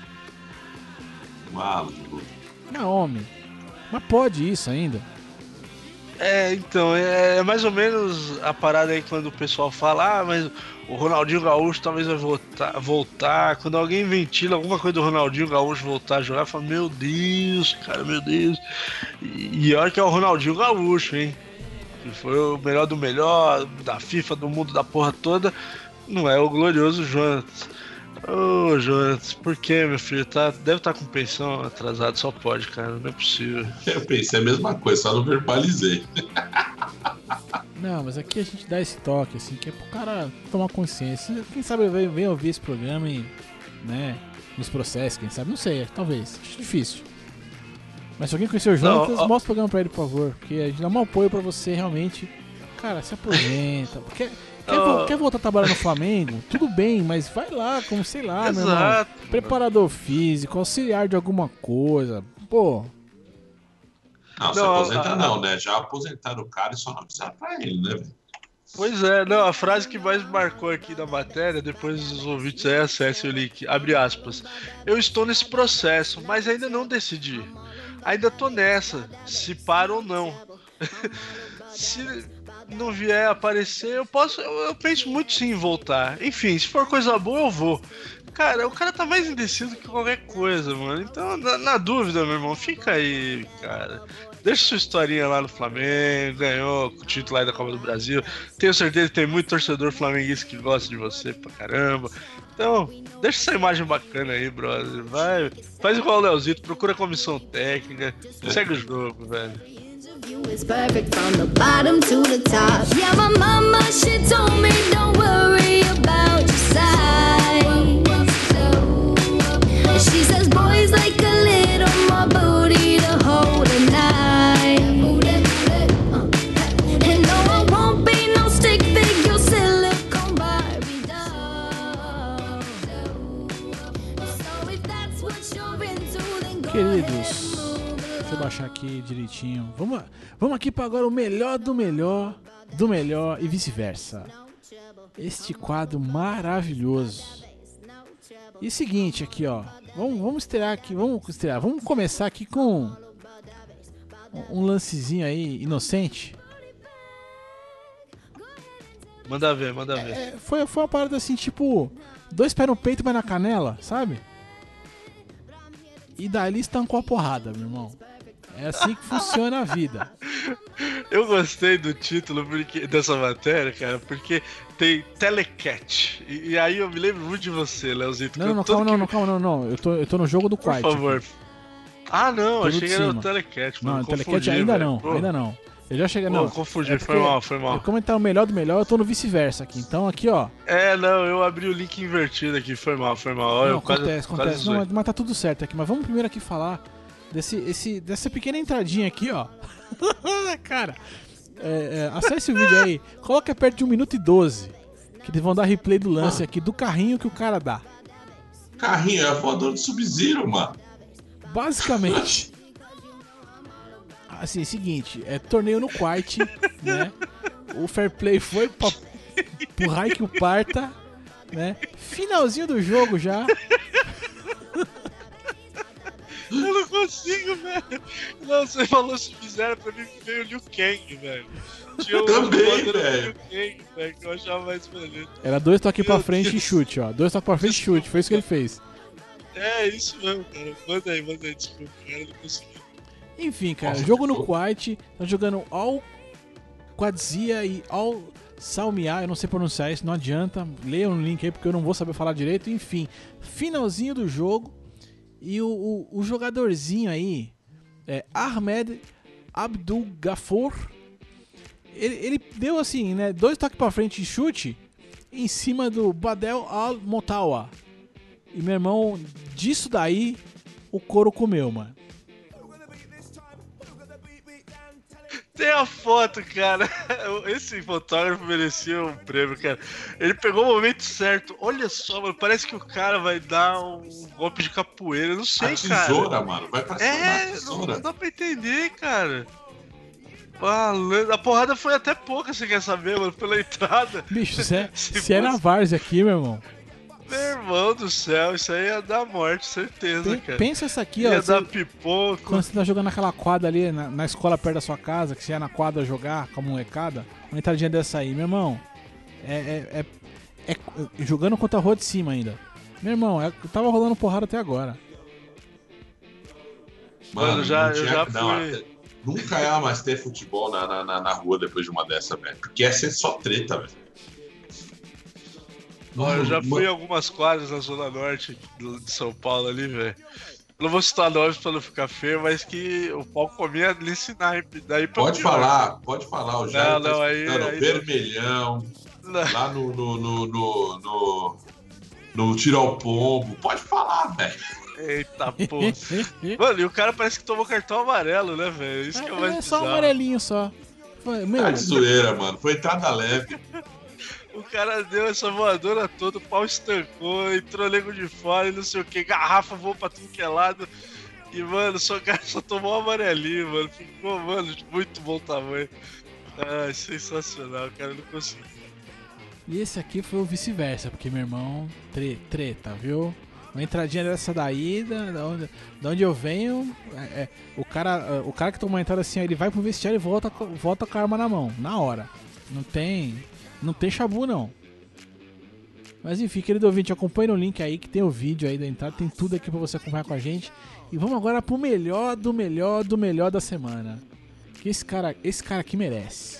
Maluco. Não, homem, mas pode isso ainda? É, então, é, é mais ou menos a parada aí quando o pessoal fala, ah, mas o Ronaldinho Gaúcho talvez vai voltar, voltar. Quando alguém ventila alguma coisa do Ronaldinho Gaúcho voltar a jogar, fala, meu Deus, cara, meu Deus. E, e olha que é o Ronaldinho Gaúcho, hein? Que foi o melhor do melhor, da FIFA, do mundo, da porra toda. Não é o glorioso Jonas. Ô, Jonas, por que, meu filho? Tá, deve estar com pensão atrasada, só pode, cara, não é possível. Eu pensei a mesma coisa, só não verbalizei. Não, mas aqui a gente dá esse toque, assim, que é pro cara tomar consciência. Quem sabe vem, vem ouvir esse programa e, né, nos processos, quem sabe, não sei, talvez, acho difícil. Mas se alguém conhecer o Jonatas, Não, ó. mostra o programa pra ele, por favor, porque a gente dá um apoio pra você realmente, cara, se aposenta, quer, quer, Ó. vo- quer voltar a trabalhar no Flamengo? Tudo bem, mas vai lá, como, sei lá, meu irmão, Exato. preparador físico, auxiliar de alguma coisa, pô, Não, se Não, aposenta a- não, né? Já aposentaram o cara e só não avisaram pra ele, né, velho? Pois é, não, a frase que mais marcou aqui na matéria, depois os ouvintes aí acessem o link, abre aspas. Eu estou nesse processo, mas ainda não decidi. Ainda tô nessa, se para ou não. Se não vier aparecer, eu posso, eu, eu penso muito sim em voltar. Enfim, se for coisa boa, eu vou. Cara, o cara tá mais indeciso que qualquer coisa, mano. Então, na, na dúvida, meu irmão, fica aí, cara. Deixa sua historinha lá no Flamengo, ganhou o título aí da Copa do Brasil. Tenho certeza que tem muito torcedor flamenguista que gosta de você pra caramba. Então, deixa essa imagem bacana aí, brother. Vai, faz igual o Leozito, procura a comissão técnica, segue o jogo, velho. It's perfect from the bottom to the top. Yeah, my mama, she told me don't worry about your size. She says boys like a little more booty to hold a knife. And no, I won't be no stick figure silicone Barbie doll. So if that's what you're into, then go Queridos, deixa eu baixar aqui direitinho. Vamos, vamos aqui para agora o melhor do melhor, do melhor e vice-versa. Este quadro maravilhoso. E seguinte aqui, ó. Vamos, vamos estrear aqui, vamos estrear. Vamos começar aqui com um lancezinho aí inocente. Manda ver, manda ver. É, foi, foi uma parada assim, tipo, dois pés no peito, mas na canela, sabe? E dali estancou a porrada, meu irmão. É assim que funciona a vida. Eu gostei do título porque, dessa matéria, cara, porque tem telecat. E, e aí eu me lembro muito de você, Leozito. Não, não, não, calma, não, não, calma, não, não. Eu tô, eu tô no jogo do quarto. Por favor. Aqui. Ah, não, Tô achei que era cima. o telecat. Não, mano, o telecat confundi, ainda velho. não, Pô, ainda não. Eu já cheguei, pô, não. confundi, É foi porque- mal, foi mal. Como tá o melhor do melhor, eu tô no vice-versa aqui. Então aqui, ó. É, não, eu abri o link invertido aqui, foi mal, foi mal. Olha, Não, eu quase, acontece, quase acontece. Não, zoei. mas, mas tá tudo certo aqui. Mas vamos primeiro aqui falar desse, esse, dessa pequena entradinha aqui, ó. Cara, é, é, acesse o vídeo aí. Coloca perto de um minuto e doze. Que eles vão dar replay do lance aqui, do carrinho que o cara dá. Carrinho, é a voadora do Sub-Zero, mano. Basicamente. Assim, seguinte, é torneio no Quite, né? O fair play foi pra, pro raio que o parta, né? Finalzinho do jogo já. Eu não consigo, velho. Não, você falou Sub-Zero, pra mim veio o Liu Kang, velho. Tinha um Também, voador do velho. Liu Kang, velho, que eu achava mais maneiro. Era dois toques pra Meu frente Deus. e chute, ó. Dois toques pra frente e chute, foi isso que ele fez. É, isso mesmo, cara. Manda aí, manda aí, desculpa, cara, eu não consegui. Enfim, cara, Nossa, jogo que no fogo. Quite, tá jogando All Quadzia e All Salmiá, eu não sei pronunciar isso, não adianta. Leiam no link aí porque eu não vou saber falar direito. Enfim, finalzinho do jogo. E o, o, o jogadorzinho aí, é Ahmed Abdul Ghafour, ele, ele deu assim, né, dois toques pra frente e chute em cima do Badel Al-Motawa. E meu irmão, disso daí, o couro comeu, mano. Tem a foto, cara. Esse fotógrafo merecia um prêmio, cara. Ele pegou o momento certo. Olha só, mano. Parece que o cara vai dar um golpe de capoeira. Eu não sei, A cara. tesoura, mano. Vai pra cima da É, não, tesoura. não dá pra entender, cara. Malandro. A porrada foi até pouca, você quer saber, mano? Pela entrada. Bicho, se é, Se se é na fosse- várzea aqui, meu irmão. Meu irmão do céu, isso aí ia dar morte, certeza, Pen- cara. pensa essa aqui, ó. Ia você- dar pipoco. quando você tá jogando naquela quadra ali na, na escola perto da sua casa, que você ia na quadra jogar com a molecada, uma entradinha dessa aí, meu irmão. É, é, é, é- jogando contra a rua de cima ainda. Meu irmão, é, tava rolando porrada até agora. Mano, já- não tinha- eu já não, fui- até- Nunca ia mais ter futebol na, na, na, na rua depois de uma dessa, velho. Porque ia ser só treta, velho. Ó, eu já fui Mano, em algumas quadras na Zona Norte do- de São Paulo ali, velho. Não vou citar nomes pra não ficar feio, mas que o pau comia nesse naipe. Daí pra Pode pior. falar, pode falar. O Jair Não, tá não, aí- escutando aí- vermelhão, Não. lá no, no, no, no, no, no tiro ao pombo. Pode falar, velho. Eita porra. Mano, e o cara parece que tomou cartão amarelo, né, velho? Isso que é o mais É, é só um bizarro. amarelinho só. Foi- Meu, Tá de zoeira, mano. Foi entrada leve. O cara deu essa voadora toda, o pau estancou, entrou nego de fora e não sei o que, garrafa voou pra tudo que é lado. E, mano, só, o cara só tomou um amarelinho, mano. Ficou, mano, de muito bom tamanho. Ah, sensacional, cara, eu não consegui. E esse aqui foi o vice-versa, porque meu irmão, tre- treta, viu? Uma entradinha dessa daí, da, da onde, da onde eu venho, é, é, o, cara, o cara que toma uma entrada assim, ele vai pro vestiário e volta, co- volta com a arma na mão, na hora. Não tem, não tem chabu não. Mas enfim, querido ouvinte, acompanhe no link aí que tem o vídeo aí da entrada, tem tudo aqui pra você acompanhar com a gente. E vamos agora pro melhor do melhor do melhor da semana. Que esse cara, esse cara aqui merece.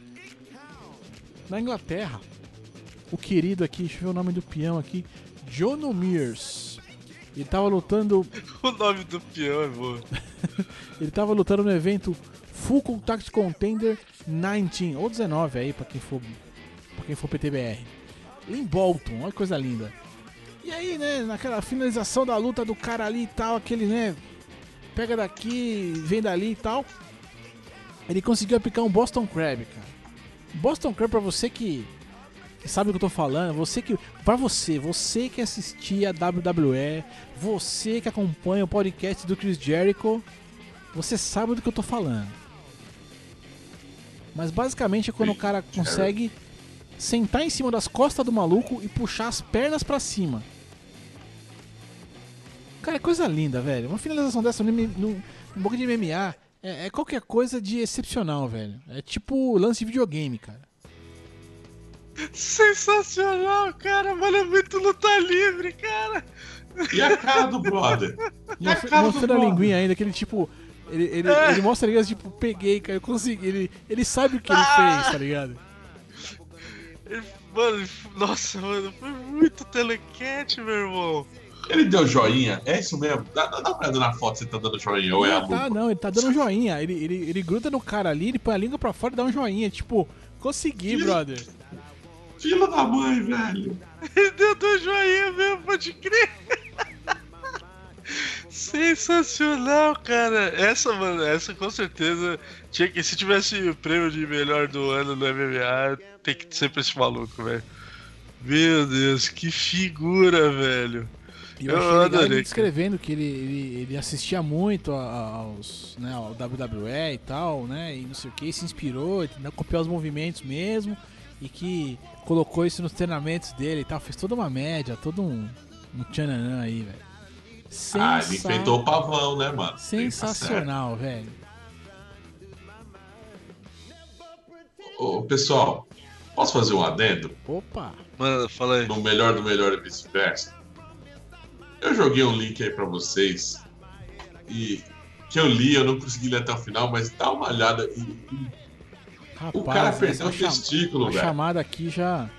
Na Inglaterra, o querido aqui, deixa eu ver o nome do peão aqui, John Mears. Ele tava lutando... O nome do peão é bom. Ele tava lutando no evento Full Contact Contender dezenove, ou dezenove aí, pra quem for, pra quem for P T B R. Em Bolton, olha que coisa linda. E aí, né, naquela finalização da luta do cara ali e tal, aquele, né, pega daqui, vem dali e tal, ele conseguiu aplicar um Boston Crab, cara. Boston Crab, pra você que, que sabe o que eu tô falando, você que, pra você, você que assistia a W W E, você que acompanha o podcast do Chris Jericho, você sabe do que eu tô falando. Mas basicamente é quando o cara consegue sentar em cima das costas do maluco e puxar as pernas pra cima. Cara, é coisa linda, velho. Uma finalização dessa no, no, no boca de M M A é, é qualquer coisa de excepcional, velho. É tipo lance de videogame, cara. Sensacional, cara. Mano, é muito luta livre, cara. E a cara do brother? E a cara mostrando a linguinha ainda, aquele tipo... Ele, ele, é. ele mostra, ligado, tipo, peguei, cara, eu consegui. Ele, ele sabe o que ele ah. fez, tá ligado? Ele, mano, nossa, mano, foi muito telecat, meu irmão. Ele deu joinha, é isso mesmo? Dá, dá uma olhada na foto se ele tá dando joinha ou é a tá, não, ele tá dando joinha. Ele, ele, ele gruda no cara ali, ele põe a língua pra fora e dá um joinha. Tipo, consegui, Filho... brother. Filho da mãe, velho. Ele deu dois joinha mesmo, pode crer. Sensacional, cara. Essa, mano, essa com certeza tinha que, se tivesse o prêmio de melhor do ano no M M A, tem que ser pra esse maluco, velho. Meu Deus, que figura, velho. E eu, eu achei legal ele descrevendo que ele, ele, ele assistia muito aos, né, ao W W E e tal, né, e não sei o que, se inspirou, tentou copiar os movimentos mesmo, e que colocou isso nos treinamentos dele e tal, fez toda uma média, todo um, um tchananã aí, velho. Sensa... Ah, ele enfrentou o pavão, né, mano? Sensacional, velho. Ô, pessoal, posso fazer um adendo? Opa! Mano, fala aí. No melhor do melhor e vice-versa. Eu joguei um link aí pra vocês e que eu li, eu não consegui ler até o final, mas dá uma olhada e, e... Rapaz, o cara perdeu o testículo, cham... velho. A chamada aqui já...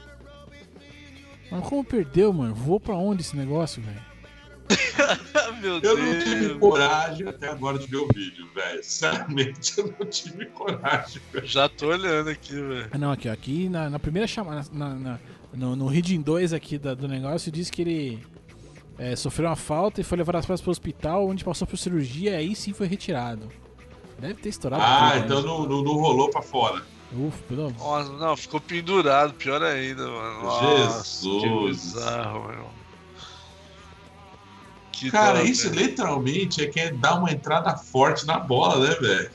Mas como perdeu, mano? Voou pra onde esse negócio, velho? Meu eu Deus. não tive coragem até agora de ver o vídeo, velho. Sinceramente, eu não tive coragem, velho. Já tô olhando aqui, velho. Não, aqui, ó, aqui na, na primeira chamada, na, na, no, no Reading dois aqui da, do negócio, diz que ele é, sofreu uma falta e foi levado às pressas pro hospital, onde passou por cirurgia e aí sim foi retirado. Deve ter estourado. Ah, tudo, então né? não, não, não rolou pra fora. Ufa, pelo... Nossa, não, ficou pendurado, pior ainda, mano. Nossa, Jesus. que bizarro, meu. Que Cara, dó, isso velho. literalmente é que é dar uma entrada forte na bola, né, velho?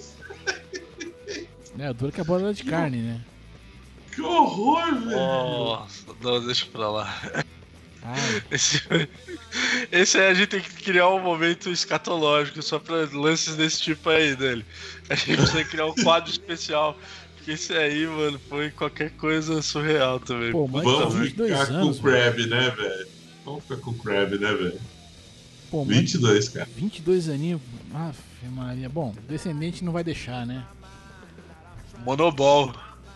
É, o duro que a bola é de carne, né? Que horror, velho! Nossa, não, deixa pra lá. Ai. Esse, esse aí a gente tem que criar um momento escatológico só pra lances desse tipo aí dele. A gente precisa criar um quadro especial. Porque esse aí, mano, foi qualquer coisa surreal também. Pô, mas Vamos vinte e dois ficar anos, com o Crab, né, velho? Vamos ficar com o Crab, né, velho? Pô, vinte e dois, cara. vinte e dois aninhos. Aff, Maria. Bom, descendente não vai deixar, né? Monobol.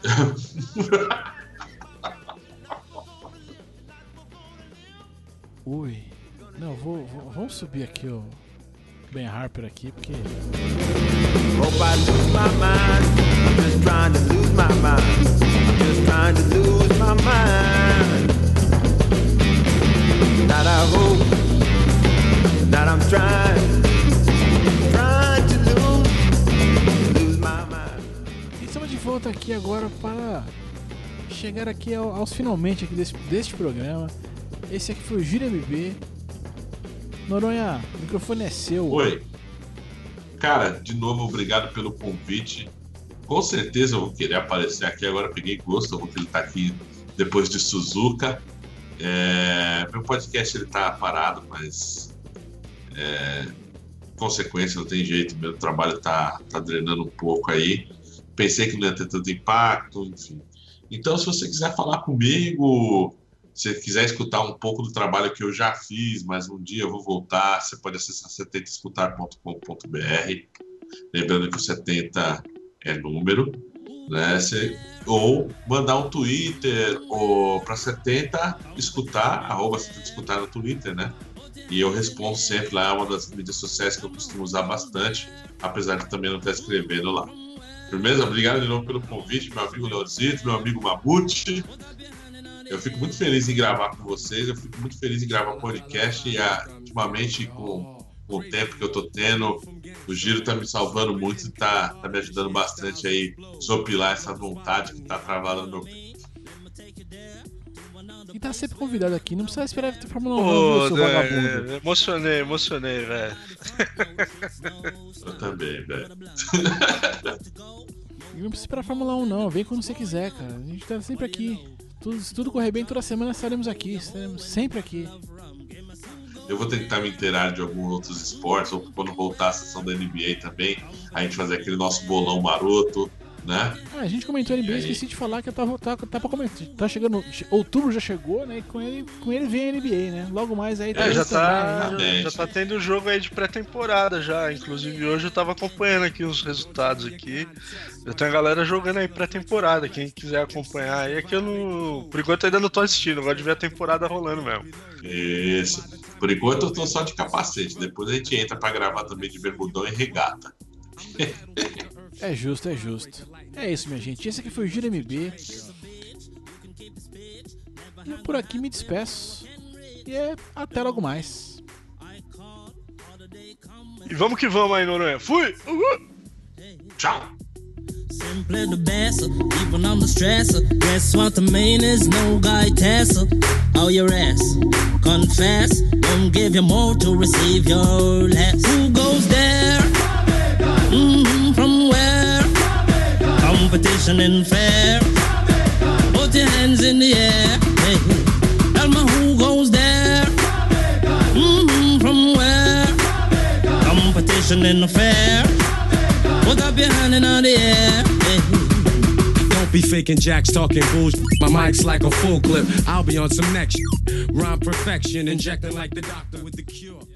Ui. Não, vou, vou, vamos subir aqui o Ben Harper aqui, porque... Hope I lose my mind. I'm just trying to lose my mind. I'm just trying to lose my mind. That I hope that I'm trying, trying to lose, lose my mind. E estamos de volta aqui agora para chegar aqui ao, aos finalmente aqui desse, deste programa. Esse aqui foi o Giro M B. Noronha, o microfone é seu. Oi. Cara, de novo, obrigado pelo convite. Com certeza eu vou querer aparecer aqui agora. Peguei gosto, eu vou querer estar aqui depois de Suzuka. É, meu podcast ele tá parado, mas é, consequência, não tem jeito. Meu trabalho tá, tá drenando um pouco aí. Pensei que não ia ter tanto impacto, enfim. Então, se você quiser falar comigo, Se você quiser escutar um pouco do trabalho que eu já fiz, mas um dia eu vou voltar, você pode acessar setenta escutar ponto com ponto b r. Lembrando que o setenta é número, né? Você, ou mandar um Twitter ou para setenta escutar, arroba setenta escutar no Twitter, né? E eu respondo sempre lá, é uma das mídias sociais que eu costumo usar bastante, apesar de também não estar escrevendo lá. Firmeza? Obrigado de novo pelo convite, meu amigo Leozito, meu amigo Mamute. Eu fico muito feliz em gravar com vocês, eu fico muito feliz em gravar podcast e ah, ultimamente com, com o tempo que eu tô tendo, o Giro tá me salvando muito e tá, tá me ajudando bastante aí a desopilar essa vontade que tá travada no meu peito. E tá sempre convidado aqui, não precisa esperar ter Fórmula um, Pô, seu é, vagabundo. emocionei, emocionei, velho. Eu também, velho. E não precisa esperar a Fórmula um não, vem quando você quiser, cara. A gente tá sempre aqui. Tudo, se tudo correr bem, toda semana estaremos aqui, estaremos sempre aqui. Eu vou tentar me inteirar de alguns outros esportes, ou quando voltar a sessão da N B A também, a gente fazer aquele nosso bolão maroto, né? Ah, a gente comentou N B A, aí? esqueci de falar que tá, tá, tá pra comentar. Tá chegando, outubro já chegou, né? E com ele, com ele vem a N B A, né? Logo mais aí É, já tá, também, já, já tá tendo jogo aí de pré-temporada já. Inclusive hoje eu tava acompanhando aqui os resultados aqui. Já tem a galera jogando aí pré-temporada. Quem quiser acompanhar aí, é que eu não. Por enquanto ainda não tô assistindo, eu gosto de ver a temporada rolando mesmo. Isso. Por enquanto eu tô só de capacete. Depois a gente entra pra gravar também de bermudão e regata. É justo, é justo. É isso, minha gente. Esse aqui foi o Giro M B. E eu por aqui me despeço. E é até logo mais. E vamos que vamos aí, Noronha. Fui! Uhul! Tchau! Simply the best, even on the stress. Guess what the main is? No guy test. All your ass, confess. Don't give you more to receive your less. Who goes there? Mm-hmm, from where? Competition and fair. Put your hands in the air. Hey, tell me who goes there? Mm-hmm, from where? Competition and fair. Put up your hand in the air. Hey. Don't be faking jacks, talking bullshit. My mic's like a full clip. I'll be on some next shit. Rhyme perfection, injecting like the doctor with the cure.